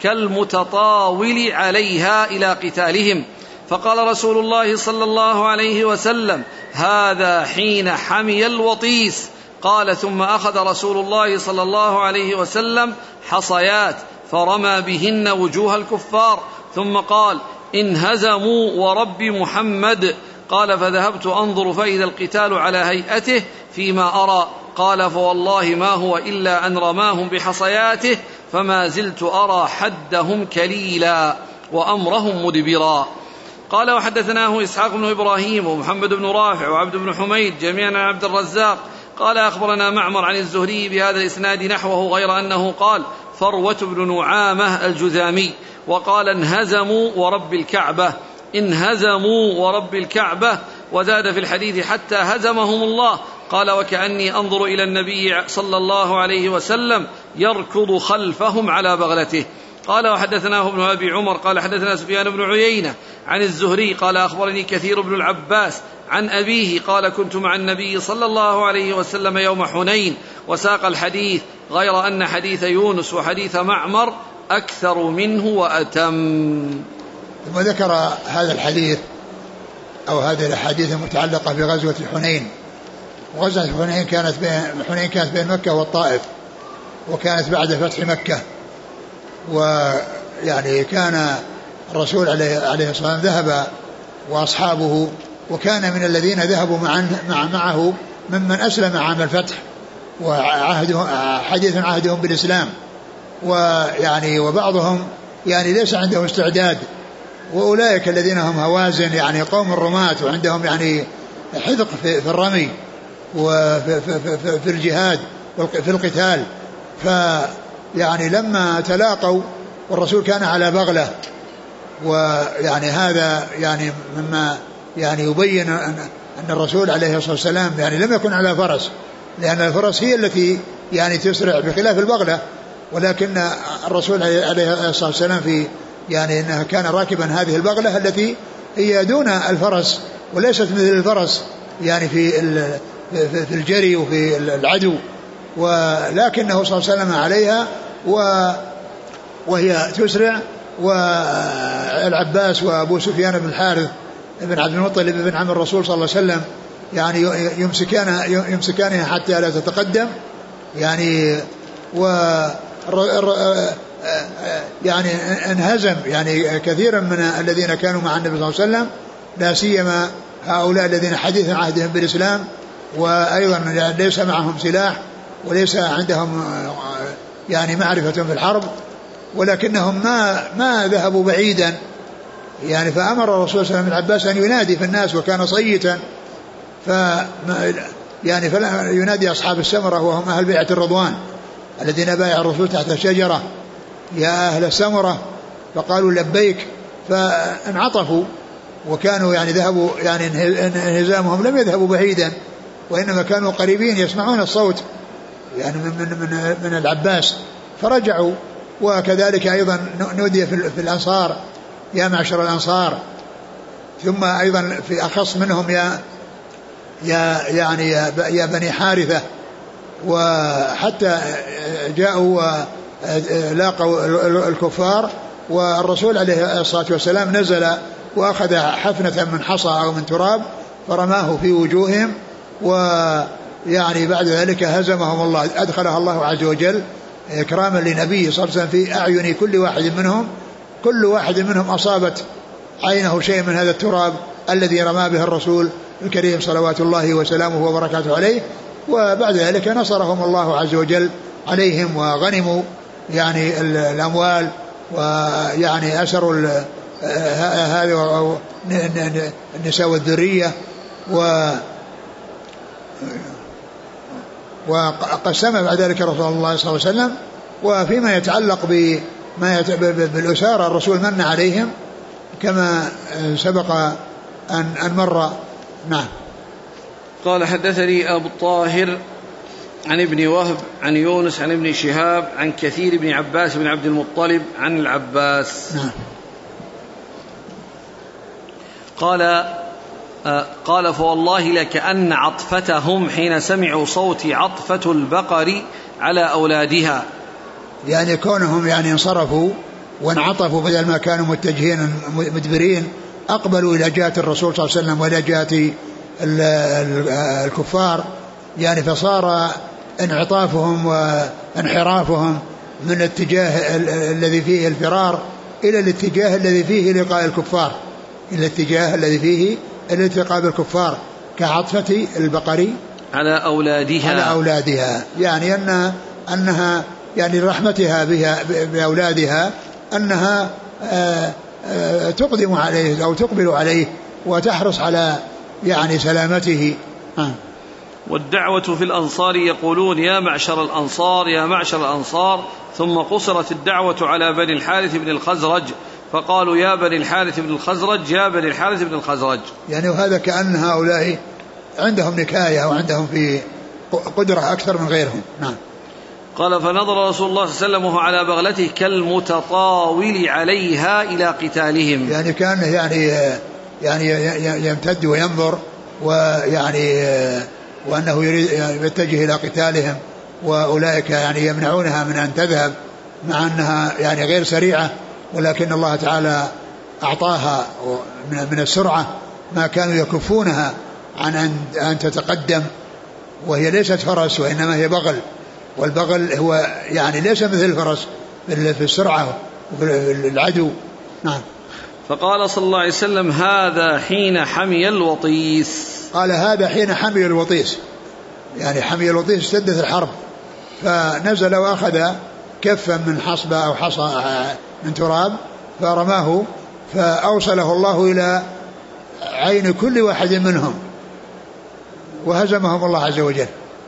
كالمتطاول عليها إلى قتالهم، فقال رسول الله صلى الله عليه وسلم: هذا حين حمي الوطيس. قال: ثم أخذ رسول الله صلى الله عليه وسلم حصيات فرمى بهن وجوه الكفار، ثم قال: انهزموا ورب محمد. قال: فذهبت أنظر فإذا القتال على هيئته فيما أرى. قال: فوالله ما هو إلا أن رماهم بحصياته، فما زلت أرى حدهم كليلا وأمرهم مدبرا. قال: وحدثناه إسحاق بن إبراهيم ومحمد بن رافع وعبد بن حميد جميعا عن عبد الرزاق قال: أخبرنا معمر عن الزهري بهذا الإسناد نحوه، غير أنه قال: فروة بن نعامة الجذامي، وقال: انهزموا ورب الكعبة، انهزموا ورب الكعبة. وزاد في الحديث: حتى هزمهم الله. قال: وكأني أنظر إلى النبي صلى الله عليه وسلم يركض خلفهم على بغلته. قال: وحدثناه ابن أبي عمر قال: حدثنا سفيان بن عيينة عن الزهري قال: أخبرني كثير بن العباس عن أبيه قال: كنت مع النبي صلى الله عليه وسلم يوم حنين، وساق الحديث، غير أن حديث يونس وحديث معمر أكثر منه وأتم.
ثم ذكر هذا الحديث أو هذه الأحاديث المتعلقة بغزوة حنين. وغزوة حنين كانت بين مكة والطائف، وكانت بعد فتح مكة. ويعني كان الرسول عليه الصلاة والسلام ذهب وأصحابه، وكان من الذين ذهبوا معه ممن أسلم عام الفتح وحديث عهدهم بالإسلام، ويعني وبعضهم يعني ليس عندهم استعداد، وأولئك الذين هم هوازن يعني قوم الرماة وعندهم يعني حذق في الرمي وفي الجهاد في القتال. فيعني لما تلاقوا والرسول كان على بغلة، ويعني هذا يعني مما يعني يبين أن الرسول عليه الصلاة والسلام يعني لم يكن على فرس، لأن الفرس هي التي يعني تسرع بخلاف البغلة، ولكن الرسول عليه الصلاة والسلام في يعني أنه كان راكبا هذه البغلة التي هي دون الفرس وليست مثل الفرس يعني في الجري وفي العدو، ولكنه صلى الله عليه وسلم عليها وهي تسرع. والعباس وأبو سفيان بن الحارث بن عبد المطلب بن عم الرسول صلى الله عليه وسلم يعني يمسكانها حتى لا تتقدم يعني يعني انهزم يعني كثيرا من الذين كانوا مع النبي صلى الله عليه وسلم، لا سيما هؤلاء الذين حديث عهدهم بالإسلام، وأيضا ليس معهم سلاح وليس عندهم يعني معرفة بالحرب، ولكنهم ما ذهبوا بعيدا يعني. فأمر الرسول صلى الله عليه وسلم العباس أن ينادي في الناس، وكان صيتا، يعني فلا ينادي أصحاب السمرة وهم أهل بيعة الرضوان الذين بايع الرسول تحت الشجرة: يا أهل السمرة، فقالوا لبيك، فانعطفوا، وكانوا يعني ذهبوا يعني انهزامهم لم يذهبوا بعيدا، وإنما كانوا قريبين يسمعون الصوت يعني من العباس، فرجعوا. وكذلك أيضا نودي في الأنصار: يا معشر الأنصار. ثم أيضا في أخص منهم يا بني حارثة. وحتى جاءوا ولاقوا الكفار، والرسول عليه الصلاة والسلام نزل وأخذ حفنة من حصى أو من تراب فرماه في وجوههم، ويعني بعد ذلك هزمهم الله، أدخلها الله عز وجل إكراما لنبيه صلى الله عليه وسلم في أعين كل واحد منهم. كل واحد منهم أصابت عينه شيء من هذا التراب الذي رمى به الرسول الكريم صلوات الله وسلامه وبركاته عليه. وبعد ذلك نصرهم الله عز وجل عليهم وغنموا يعني الأموال، ويعني أسروا هذه النساء والذرية، وقسم بعد ذلك رسول الله صلى الله عليه وسلم. وفيما يتعلق بالأسارة الرسول من عليهم كما سبق أن مر. نعم.
قال حدثني أبو الطاهر عن ابن وهب عن يونس عن ابن شهاب عن كثير بن عباس بن عبد المطلب عن العباس.
نعم.
قال فوالله لكأن عطفتهم حين سمعوا صوتي عطفة البقر على أولادها،
يعني كونهم يعني انصرفوا وانعطفوا بدل ما كانوا متجهين مدبرين، أقبلوا إلى جهة الرسول صلى الله عليه وسلم وإلى جهة الكفار، يعني فصار انعطافهم وانحرافهم من الاتجاه الذي فيه الفرار إلى الاتجاه الذي فيه لقاء الكفار، إلى الاتجاه الذي فيه الالتقاء بالكفار، كعطفة البقر
على أولادها،
يعني أنها يعني رحمتها بأولادها أنها تقدم عليه أو تقبل عليه وتحرص على يعني سلامته.
والدعوة في الأنصار يقولون يا معشر الأنصار يا معشر الأنصار، ثم قصرت الدعوة على بني الحارث بن الخزرج فقالوا يا بني الحارث بن الخزرج يا بني الحارث بن الخزرج.
يعني وهذا كأن هؤلاء عندهم نكاية وعندهم في قدرة أكثر من غيرهم. نعم.
قال فنظر رسول الله صلى الله عليه وسلم وهو على بغلته كالمتطاول عليها إلى قتالهم،
يعني كان يعني يمتد وينظر ويعني وأنه يريد يتجه إلى قتالهم، وأولئك يعني يمنعونها من أن تذهب مع أنها يعني غير سريعة، ولكن الله تعالى أعطاها من السرعة ما كانوا يكفونها عن أن تتقدم، وهي ليست فرس وإنما هي بغل، والبغل هو يعني ليس مثل الفرس في السرعة وفي العدو. نعم.
فقال صلى الله عليه وسلم هذا حين حمي الوطيس.
قال هذا حين حمي الوطيس، يعني حمي الوطيس اشتدت الحرب، فنزل وأخذ كفا من حصبة أو حصى من تراب فرماه فأوصله الله إلى عين كل واحد منهم وهزمهم الله عز وجل.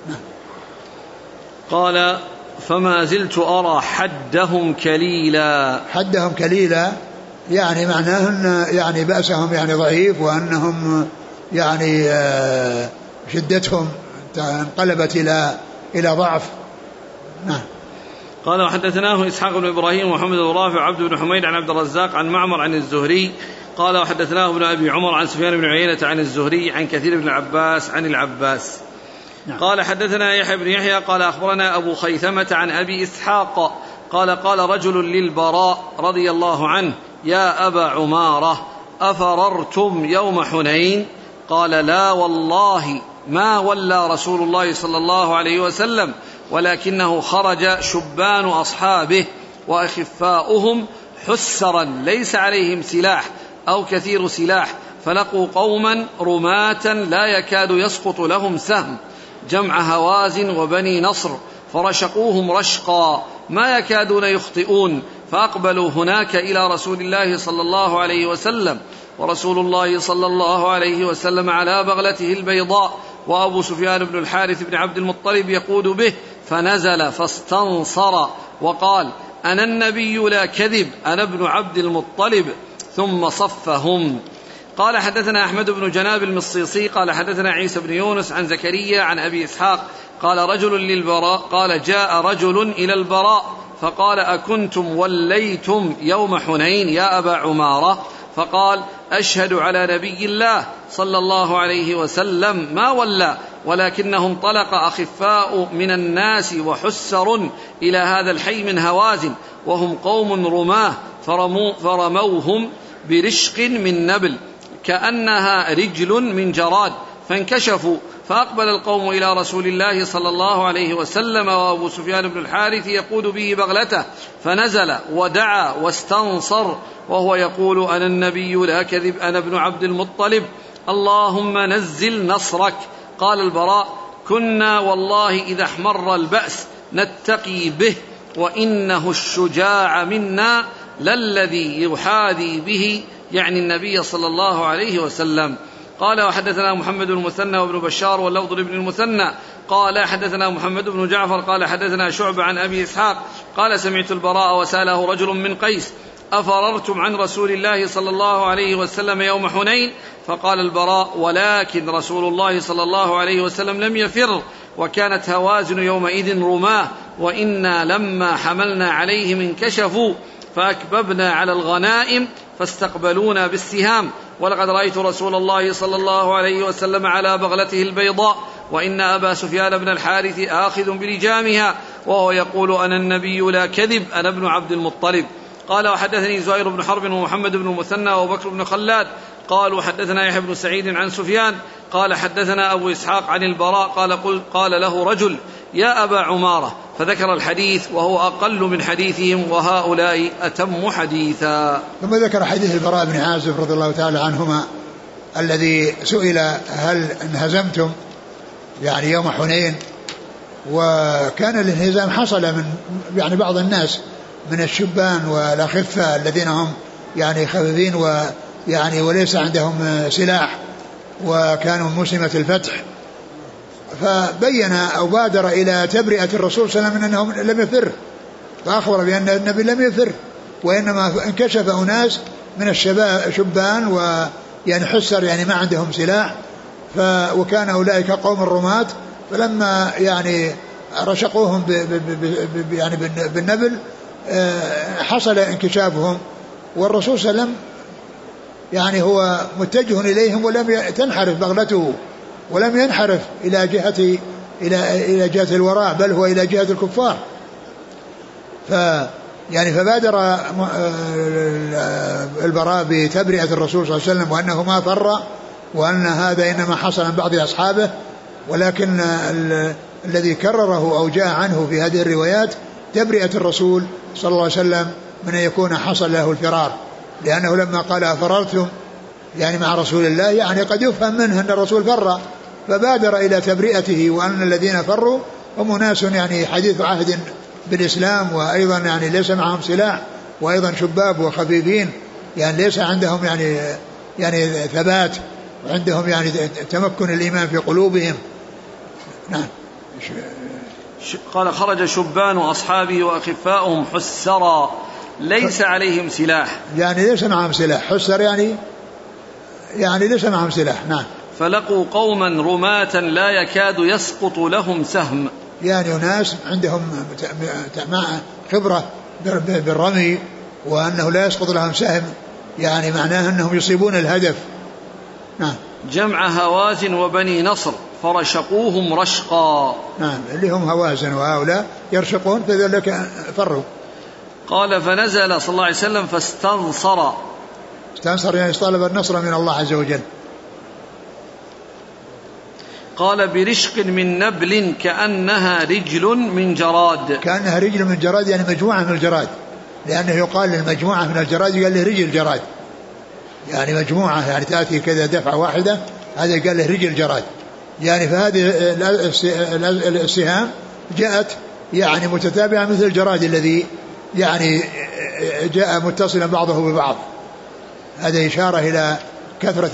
قال فما زلت أرى حدهم كليلا.
حدهم كليلا يعني معناه أن يعني بأسهم يعني ضعيف، وأنهم يعني شدتهم انقلبت إلى ضعف. نعم.
قال وحدثناه إسحاق بن إبراهيم ومحمد بن رافع وعبد بن حميد عن عبد الرزاق عن معمر عن الزهري قال وحدثناه ابن أبي عمر عن سفيان بن عيينة عن الزهري عن كثير بن العباس عن العباس. نعم. قال حدثنا يحيى بن يحيى قال أخبرنا أبو خيثمة عن أبي إسحاق قال رجل للبراء رضي الله عنه يا أبا عمارة أفررتم يوم حنين؟ قال لا والله ما ولى رسول الله صلى الله عليه وسلم، ولكنه خرج شبان أصحابه وأخفاؤهم حسرا ليس عليهم سلاح أو كثير سلاح، فلقوا قوما رماة لا يكاد يسقط لهم سهم جمع هوازن وبني نصر، فرشقوهم رشقا ما يكادون يخطئون، فأقبلوا هناك إلى رسول الله صلى الله عليه وسلم، ورسول الله صلى الله عليه وسلم على بغلته البيضاء، وأبو سفيان بن الحارث بن عبد المطلب يقود به، فنزل فاستنصر وقال أنا النبي لا كذب أنا ابن عبد المطلب، ثم صفهم. قال حدثنا أحمد بن جناب المصيصي قال حدثنا عيسى بن يونس عن زكريا عن أبي إسحاق قال رجل للبراء قال جاء رجل إلى البراء فقال أكنتم وليتم يوم حنين يا أبا عمارة؟ فقال أشهد على نبي الله صلى الله عليه وسلم ما ولى، ولكنهم انطلق أخفاء من الناس وحسر إلى هذا الحي من هوازن وهم قوم رماه فرموهم برشق من نبل كأنها رجل من جراد فانكشفوا، فأقبل القوم إلى رسول الله صلى الله عليه وسلم وأبو سفيان بن الحارث يقود به بغلته، فنزل ودعا واستنصر وهو يقول: أنا النبي لا كذب، أنا ابن عبد المطلب، اللهم نزل نصرك. قال البراء: كنا والله إذا احمر البأس نتقي به، وإنه الشجاع منا للذي يحاذي به، يعني النبي صلى الله عليه وسلم. قال: وحدثنا محمد بن المثنى وابن بشار واللفظ لابن المثنى قال: حدثنا محمد بن جعفر قال: حدثنا شعبة عن أبي إسحاق قال: سمعت البراء وسأله رجل من قيس: أفررتم عن رسول الله صلى الله عليه وسلم يوم حنين؟ فقال البراء: ولكن رسول الله صلى الله عليه وسلم لم يفر، وكانت هوازن يومئذ رماه، وإنا لما حملنا عليهم انكشفوا، فأكببنا على الغنائم فاستقبلونا بالسهام، ولقد رأيت رسول الله صلى الله عليه وسلم على بغلته البيضاء، وإن أبا سفيان بن الحارث آخذ بلجامها، وهو يقول: أنا النبي لا كذب، أنا ابن عبد المطلب. قال: وحدثني زهير بن حرب ومحمد بن المثنى وبكر بن خلاد قالوا: حدثنا يحيى بن سعيد عن سفيان قال: حدثنا أبو إسحاق عن البراء قال له رجل: يا أبا عمارة، فذكر الحديث وهو أقل من حديثهم، وهؤلاء أتم حديثا.
ثم ذكر حديث البراء بن عازب رضي الله تعالى عنهما الذي سئل: هل انهزمتم يعني يوم حنين؟ وكان الانهزام حصل من يعني بعض الناس من الشبان والأخفة الذين هم يعني خفيفين ويعني وليس عندهم سلاح، وكانوا موسمة الفتح، فبين أو بادر إلى تبرئة الرسول صلى الله عليه وسلم أنهم لم يفر، فأخبر بأن النبي لم يفر، وإنما انكشف أناس من الشبان ويعني حسر يعني ما عندهم سلاح، وكان أولئك قوم الرماة، فلما يعني رشقوهم يعني بالنبل حصل انكشافهم، والرسول صلى الله عليه وسلم يعني هو متجه إليهم ولم تنحرف بغلته، ولم ينحرف إلى جهة الوراء، بل هو إلى جهة الكفار. فبادر البراء بتبرئة الرسول صلى الله عليه وسلم، وأنه ما فر، وأن هذا إنما حصل من بعض أصحابه، ولكن الذي كرره أو جاء عنه في هذه الروايات تبرئة الرسول صلى الله عليه وسلم من أن يكون حصل له الفرار، لأنه لما قال: أفررتم يعني مع رسول الله، يعني قد يفهم منه أن الرسول فر، فبادر إلى تبرئته، وأن الذين فروا هم ناس يعني حديث عهد بالإسلام، وأيضا يعني ليس معهم سلاح، وأيضا شباب وخفيفين، يعني ليس عندهم يعني ثبات، وعندهم يعني تمكن الإيمان في قلوبهم. نعم.
قال: خرج شبان أصحابه وأخفاؤهم حسرا ليس عليهم سلاح،
يعني ليس معهم سلاح، حسر يعني ليس معهم سلاح. نعم.
فلقوا قوما رماة لا يكاد يسقط لهم سهم،
يعني ناس عندهم خبرة بالرمي، وأنه لا يسقط لهم سهم، يعني معناه أنهم يصيبون الهدف. نعم.
جمع هوازن وبني نصر فرشقوهم رشقا.
نعم، اللي هم هوازن وهؤلاء يرشقون، فذلك فروا.
قال: فنزل صلى الله عليه وسلم فاستنصر.
استنصر يعني طلب النصر من الله عز وجل.
قال: برشق من نبل كأنها رجل من جراد.
كأنها رجل من جراد يعني مجموعة من الجراد، لأنه يقال للمجموعة من الجراد يقال له رجل جراد، يعني مجموعة يعني تأتي كذا دفعة واحدة، هذا قال له رجل جراد. يعني فهذه السهام جاءت يعني متتابعة مثل الجراد الذي يعني جاء متصلا بعضه ببعض. هذا إشارة إلى كثرة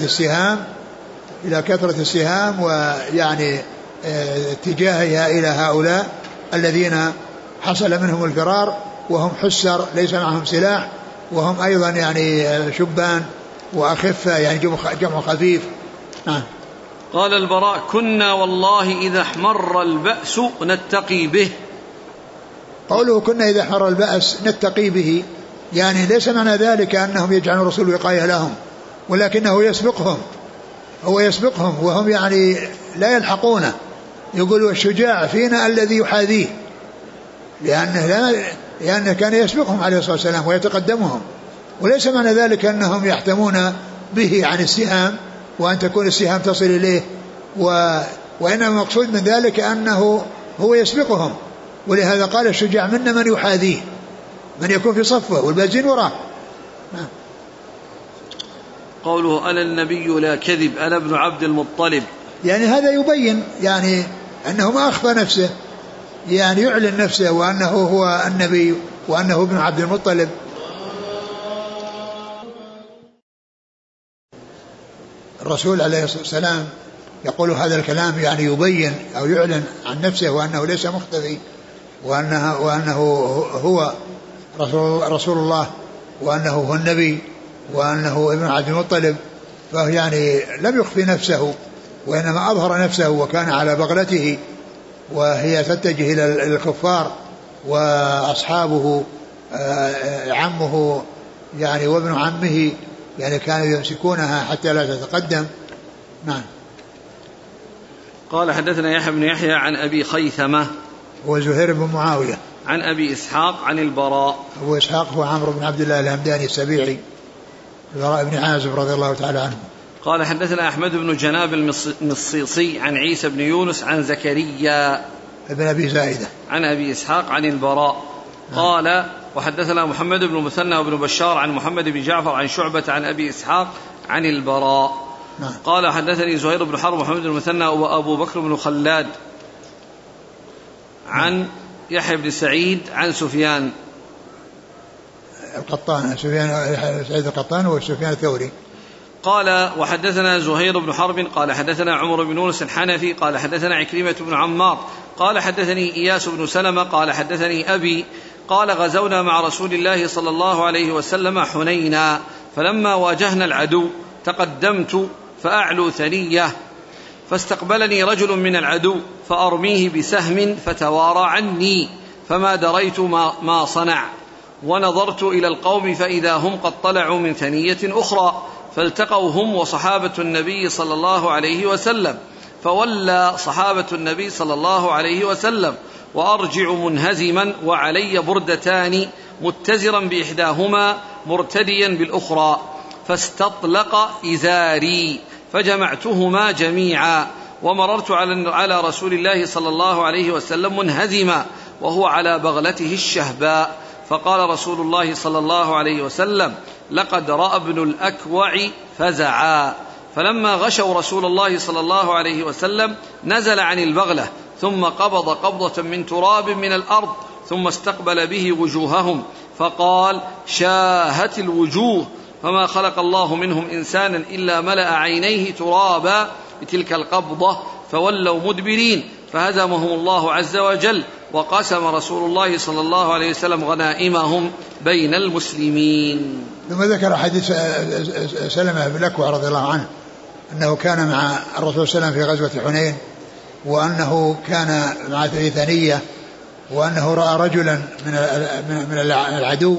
السهام ويعني اتجاهها إلى هؤلاء الذين حصل منهم الفرار، وهم حسر ليس معهم سلاح، وهم أيضا يعني شبان وأخفة يعني جمع خفيف.
قال البراء: كنا والله إذا احمر البأس نتقي به.
قوله كنا إذا احمر البأس نتقي به، يعني ليس معنى ذلك أنهم يجعلون الرسول وقاية لهم، ولكنه يسبقهم وهم يعني لا يلحقونه. يقول: الشجاع فينا الذي يحاذيه، لأنه كان يسبقهم عليه الصلاة والسلام ويتقدمهم، وليس معنى ذلك أنهم يحتمون به عن السهام وأن تكون السهام تصل إليه، وإنما المقصود من ذلك أنه هو يسبقهم، ولهذا قال الشجاع منا من يحاذيه، من يكون في صفه والبازين وراه.
قوله أنا النبي لا كذب أنا ابن عبد المطلب،
يعني هذا يبين يعني أنه ما أخفى نفسه، يعني يعلن نفسه وأنه هو النبي وأنه ابن عبد المطلب. الرسول عليه الصلاة والسلام يقول هذا الكلام يعني يبين أو يعلن عن نفسه وأنه ليس مختفي، وأنه هو رسول الله، وأنه هو النبي، وأنه ابن عبد المطلب. فهو يعني لم يخفي نفسه وإنما أظهر نفسه، وكان على بغلته وهي تتجه إلى الكفار، وأصحابه عمه يعني وابن عمه يعني كانوا يمسكونها حتى لا تتقدم. نعم.
قال حدثنا يحيى بن يحيى عن أبي خيثمة
هو زهير بن معاوية
عن أبي إسحاق عن البراء.
أبو إسحاق هو عمرو بن عبد الله الهمداني السبيعي البراء بن عازب رضي الله تعالى عنه.
قال حدثنا أحمد بن جناب المصيصي عن عيسى بن يونس عن زكريا
ابن أبي زائدة
عن أبي إسحاق عن البراء. قال وحدثنا محمد بن مثنى وابن بشار عن محمد بن جعفر عن شعبة عن أبي إسحاق عن البراء. قال حدثني زهير بن حرب محمد بن المثنى وأبو بكر بن خلاد عن يحيى بن سعيد عن سفيان
القطان، سعيد القطان وسفيان الثوري.
قال وحدثنا زهير بن حرب قال حدثنا عمر بن يونس الحنفي قال حدثنا عكرمة بن عمار قال حدثني إياس بن سلمة قال حدثني أبي قال غزونا مع رسول الله صلى الله عليه وسلم حنينا، فلما واجهنا العدو تقدمت فأعلو ثنية، فاستقبلني رجل من العدو فأرميه بسهم فتوارى عني، فما دريت ما صنع، ونظرت إلى القوم فإذا هم قد طلعوا من ثنية أخرى، فالتقوا هم وصحابة النبي صلى الله عليه وسلم، فولى صحابة النبي صلى الله عليه وسلم، وأرجع منهزما وعلي بردتان متزرا بإحداهما مرتديا بالأخرى، فاستطلق إزاري فجمعتهما جميعا، ومررت على رسول الله صلى الله عليه وسلم منهزما وهو على بغلته الشهباء، فقال رسول الله صلى الله عليه وسلم لقد رأى ابن الأكوع فزعا، فلما غشوا رسول الله صلى الله عليه وسلم نزل عن البغلة ثم قبض قبضة من تراب من الأرض ثم استقبل به وجوههم فقال شاهت الوجوه، فما خلق الله منهم إنسانا إلا ملأ عينيه ترابا بتلك القبضة، فولوا مدبرين، فهزمهم الله عز وجل، وقسم رسول الله صلى الله عليه وسلم غنائمهم بين المسلمين.
ثم ذكر حديث سلمة بن الأكوع رضي الله عنه أنه كان مع الرسول صلى الله عليه وسلم في غزوة حنين، وأنه كان مع ثنية، وأنه رأى رجلا من العدو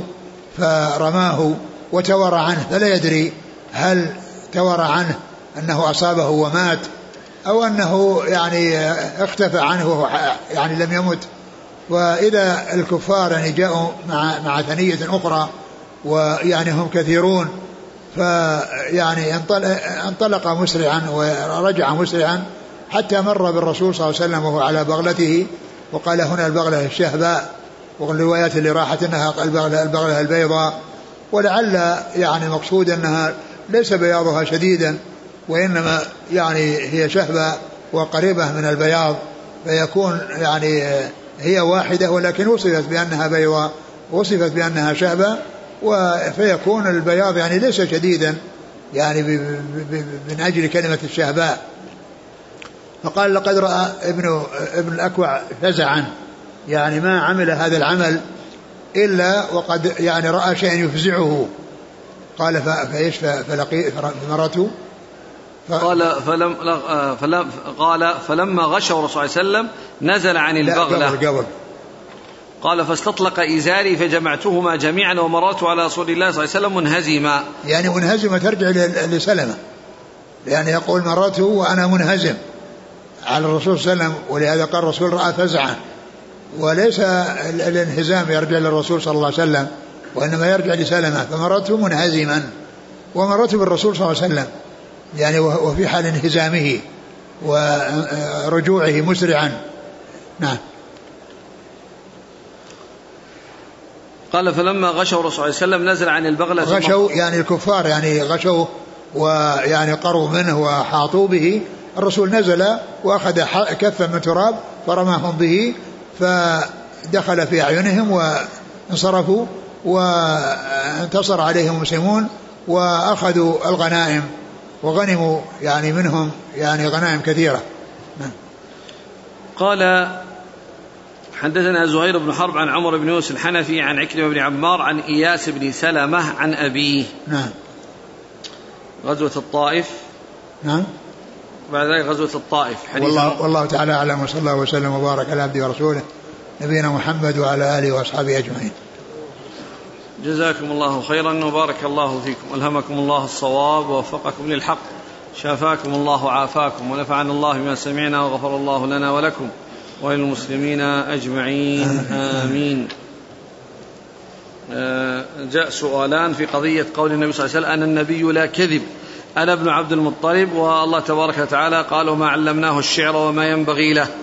فرماه وتورى عنه، فلا يدري هل تورى عنه أنه أصابه ومات أو أنه يعني اختفى عنه يعني لم يمت. وإذا الكفار يعني جاءوا مع ثنية أخرى ويعني هم كثيرون، فيعني انطلق مسرعا ورجع مسرعا حتى مر بالرسول صلى الله عليه وسلم وهو على بغلته، وقال هنا البغلة الشهباء، والروايات اللي راحت انها البغلة البيضاء، ولعل يعني مقصود انها ليس بياضها شديدا وانما يعني هي شهبة وقريبة من البياض، فيكون يعني هي واحدة ولكن وصفت بأنها بيضاء، وصفت بأنها شهبة، فيكون البياض يعني ليس شديدا يعني من أجل كلمة الشهباء. فقال لقد رأى ابن الأكوع فزعا، يعني ما عمل هذا العمل إلا وقد يعني رأى شيئا يفزعه. قال فلقي مرته
قال فلما غشوا الرسول صلى الله عليه وسلم نزل عن البغلة
قبل.
قال فاستطلق إزاري فجمعتهما جميعا ومررت على رسول الله صلى الله عليه وسلم منهزما،
يعني منهزمة ترجع لسلمة، يعني يقول مرته وأنا منهزم على الرسول صلى الله عليه وسلم، ولهذا قال الرسول رأى فزعا، وليس الانهزام يرجع للرسول صلى الله عليه وسلم، وإنما يرجع لسلمة، فمرته منهزما ومرته بالرسول صلى الله عليه وسلم يعني وفي حال انهزامه ورجوعه مسرعا. نعم.
قال فلما غشوا الرسول صلى الله عليه وسلم نزل عن البغلة.
غشوا يعني الكفار يعني غشوا ويعني قروا منه وحاطوا به، الرسول نزل وأخذ كفا من تراب فرماهم به فدخل في أعينهم وانصرفوا وانتصر عليهم المسلمون وأخذوا الغنائم وغنموا يعني منهم يعني غنائم كثيرة.
قال حدثنا زهير بن حرب عن عمر بن يوسف الحنفي عن عكرمة بن عمار عن إياس بن سلمة عن أبيه.
نعم.
غزوة الطائف.
نعم.
بعد ذلك غزوة الطائف.
والله تعالى أعلم، وصلى الله وسلم وبارك على عبده ورسوله نبينا محمد وعلى آله وأصحابه أجمعين.
جزاكم الله خيرا وبارك الله فيكم، ألهمكم الله الصواب ووفقكم للحق، شافاكم الله وعافاكم، ونفعنا الله بما سمعنا وغفر الله لنا ولكم وللمسلمين أجمعين آمين. جاء سؤالان في قضية قول النبي صلى الله عليه وسلم أنا النبي لا كذب، أنا ابن عبد المطلب، والله تبارك وتعالى قال وما علمناه الشعر وما ينبغي له.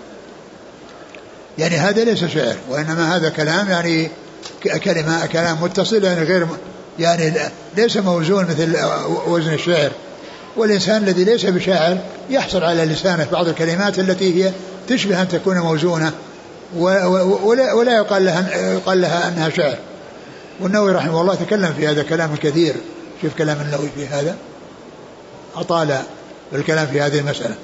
يعني هذا ليس شعر، وإنما هذا كلام يعني كلام متصل يعني غير يعني ليس موزون مثل وزن الشعر، والإنسان الذي ليس بشاعر يحصل على لسانه بعض الكلمات التي هي تشبه أن تكون موزونة ولا يقال لها أنها شعر. والنووي رحمه الله تكلم في هذا كلام كثير. شوف كلام النووي في هذا، أطال الكلام في هذه المسألة.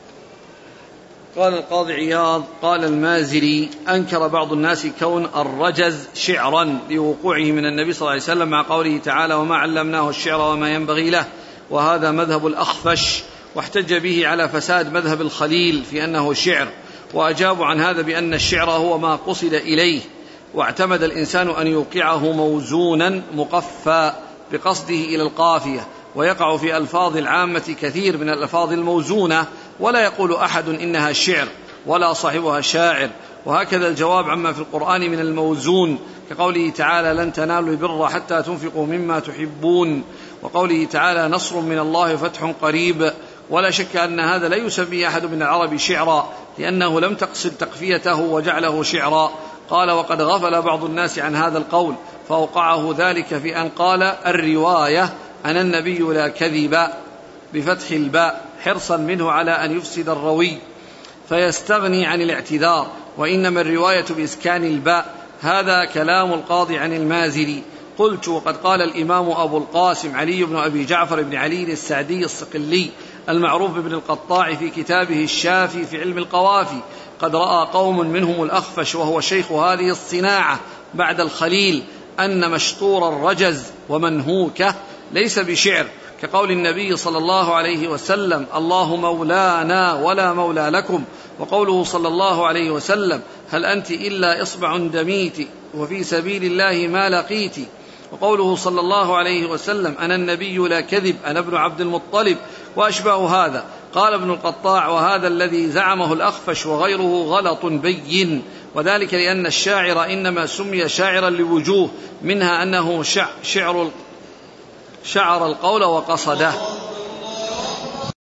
قال القاضي عياض قال المازري أنكر بعض الناس كون الرجز شعرا لوقوعه من النبي صلى الله عليه وسلم مع قوله تعالى وما علمناه الشعر وما ينبغي له، وهذا مذهب الأخفش، واحتج به على فساد مذهب الخليل في أنه شعر، وأجابوا عن هذا بأن الشعر هو ما قصد إليه، واعتمد الإنسان أن يوقعه موزونا مقفى بقصده إلى القافية، ويقع في ألفاظ العامة كثير من الألفاظ الموزونة ولا يقول أحد إنها شعر ولا صاحبها شاعر. وهكذا الجواب عما في القرآن من الموزون كقوله تعالى لن تنالوا البر حتى تنفقوا مما تحبون، وقوله تعالى نصر من الله فتح قريب. ولا شك أن هذا لا يسميه أحد من العرب شعرا لأنه لم تقصد تقفيته وجعله شعرا. قال وقد غفل بعض الناس عن هذا القول فوقعه ذلك في أن قال الرواية أنا النبي لا كذب بفتح الباء حرصا منه على أن يفسد الروي فيستغني عن الاعتذار، وإنما الرواية بإسكان الباء. هذا كلام القاضي عن المازري. قلت وقد قال الإمام أبو القاسم علي بن أبي جعفر بن علي السعدي الصقلي المعروف بابن القطاع في كتابه الشافي في علم القوافي قد رأى قوم منهم الأخفش وهو شيخ هذه الصناعة بعد الخليل أن مشطور الرجز ومنهوكه ليس بشعر، كقول النبي صلى الله عليه وسلم الله مولانا ولا مولى لكم، وقوله صلى الله عليه وسلم هل أنت إلا إصبع دميت وفي سبيل الله ما لقيت، وقوله صلى الله عليه وسلم أنا النبي لا كذب أنا ابن عبد المطلب وأشبه هذا. قال ابن القطاع وهذا الذي زعمه الأخفش وغيره غلط بين، وذلك لأن الشاعر إنما سمي شاعرا لوجوه، منها أنه شعر القول وقصده.